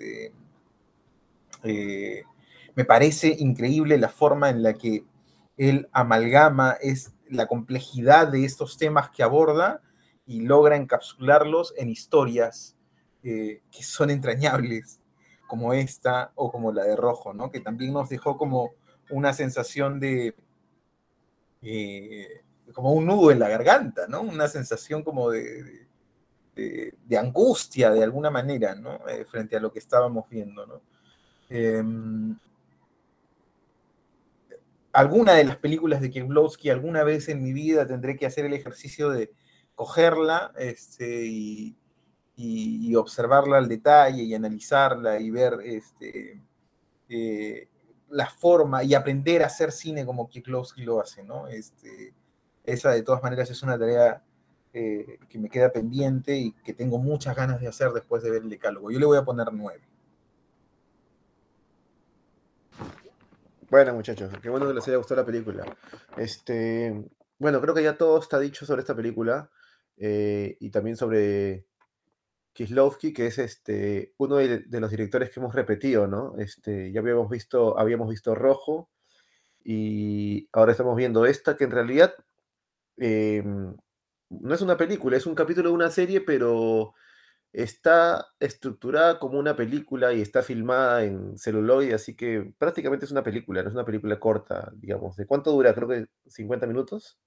Me parece increíble la forma en la que él amalgama la complejidad de estos temas que aborda y logra encapsularlos en historias que son entrañables, como esta o como la de Rojo, ¿no? Que también nos dejó como una sensación como un nudo en la garganta, ¿no? Una sensación como de angustia de alguna manera, ¿no? Frente a lo que estábamos viendo, ¿no? Alguna de las películas de Kieslowski, alguna vez en mi vida tendré que hacer el ejercicio de cogerla y observarla al detalle y analizarla y ver la forma y aprender a hacer cine como Kieslowski lo hace, ¿no? Esa de todas maneras es una tarea que me queda pendiente y que tengo muchas ganas de hacer después de ver el Decálogo. Yo le voy a poner 9. Bueno, muchachos, qué bueno que les haya gustado la película. Bueno, creo que ya todo está dicho sobre esta película y también sobre Kieslowski, que es uno de los directores que hemos repetido, ¿no? Ya habíamos visto Rojo y ahora estamos viendo esta, que en realidad no es una película, es un capítulo de una serie, pero está estructurada como una película y está filmada en celuloide, así que prácticamente es una película, no es una película corta, digamos. ¿De cuánto dura? Creo que 50 minutos.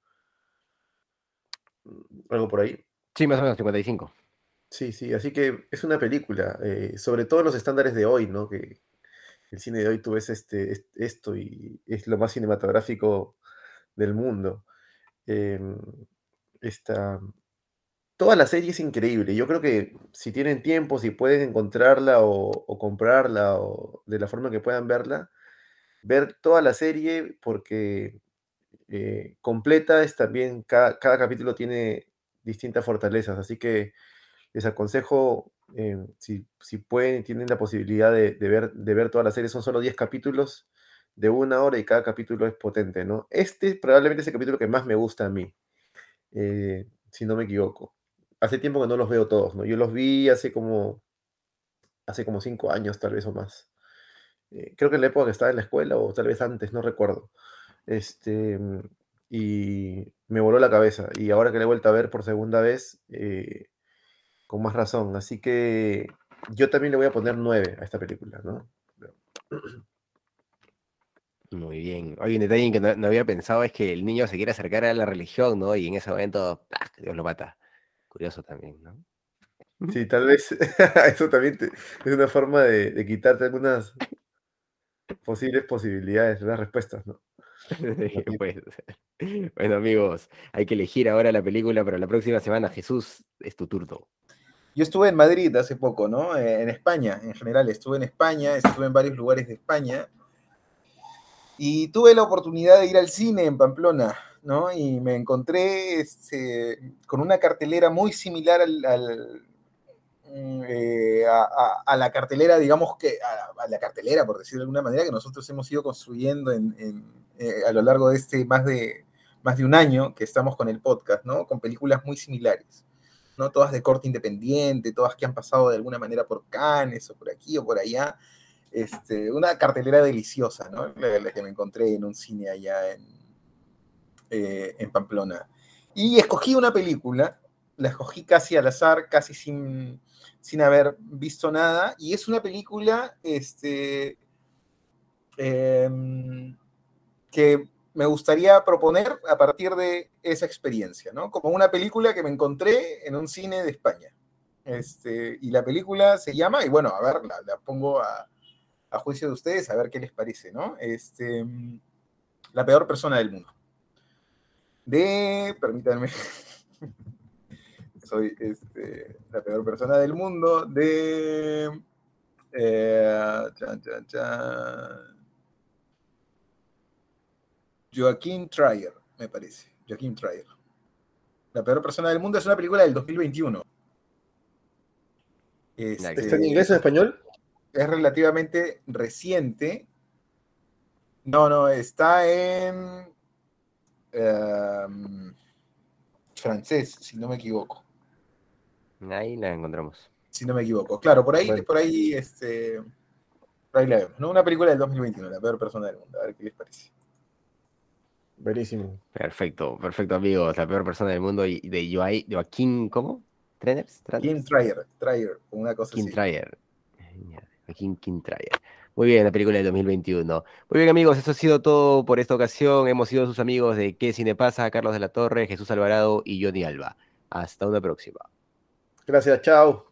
Algo por ahí. Sí, más o menos 55. Sí, sí, así que es una película, sobre todo en los estándares de hoy, ¿no? Que el cine de hoy tú ves esto y es lo más cinematográfico del mundo. Em, esta, Toda la serie es increíble. Yo creo que si tienen tiempo, si pueden encontrarla o comprarla o de la forma que puedan verla, ver toda la serie porque completa es también, cada capítulo tiene distintas fortalezas. Así que les aconsejo, si pueden y tienen la posibilidad de ver toda la serie, son solo 10 capítulos de 1 hora y cada capítulo es potente, ¿no? Probablemente es el capítulo que más me gusta a mí, si no me equivoco. Hace tiempo que no los veo todos, ¿no? Yo los vi hace como 5 años, tal vez o más. Creo que en la época que estaba en la escuela o tal vez antes, no recuerdo. Y me voló la cabeza. Y ahora que la he vuelto a ver por segunda vez, con más razón. Así que yo también le voy a poner 9 a esta película, ¿no? Muy bien. Oye, un detalle en que no había pensado es que el niño se quiere acercar a la religión, ¿no? Y en ese momento, ¡plac!, Dios lo mata. Curioso también, ¿no? Sí, tal vez eso también es una forma de quitarte algunas posibles posibilidades, las respuestas, ¿no? Pues, bueno, amigos, hay que elegir ahora la película para la próxima semana. Jesús, es tu turno. Yo estuve en Madrid hace poco, ¿no? En España, en general. Estuve en España, estuve en varios lugares de España. Y tuve la oportunidad de ir al cine en Pamplona, ¿no? Y me encontré con una cartelera muy similar a la cartelera, digamos que a la cartelera, por decirlo de alguna manera, que nosotros hemos ido construyendo a lo largo de más de un año que estamos con el podcast, ¿no? Con películas muy similares, ¿no? Todas de corte independiente, todas que han pasado de alguna manera por Cannes o por aquí o por allá. Una cartelera deliciosa, ¿no? La que me encontré en un cine allá en Pamplona. Y escogí una película, la escogí casi al azar, casi sin haber visto nada, y es una película que me gustaría proponer a partir de esa experiencia, ¿no? Como una película que me encontré en un cine de España. Y la película se llama, y bueno, a ver, la pongo a juicio de ustedes, a ver qué les parece, ¿no? La peor persona del mundo. Permítanme, soy la peor persona del mundo, Joaquín Trier, me parece. Joaquín Trier. La peor persona del mundo es una película del 2021. ¿Está en inglés o en español? Es relativamente reciente. No, está en francés, si no me equivoco. Ahí la encontramos. Si no me equivoco. Claro, por ahí, Bueno. por ahí la vemos, ¿no? Una película del 2021, la peor persona del mundo. A ver qué les parece. Buenísimo. Perfecto, amigos. La peor persona del mundo y de Joaquín, ¿cómo? ¿Trainers? Joaquín Trier, una cosa Joaquín así. Trier. Joaquín Trier. Muy bien, la película del 2021. Muy bien, amigos, eso ha sido todo por esta ocasión. Hemos sido sus amigos de ¿Qué Cine Pasa? Carlos de la Torre, Jesús Alvarado y Johnny Alba. Hasta una próxima. Gracias, chao.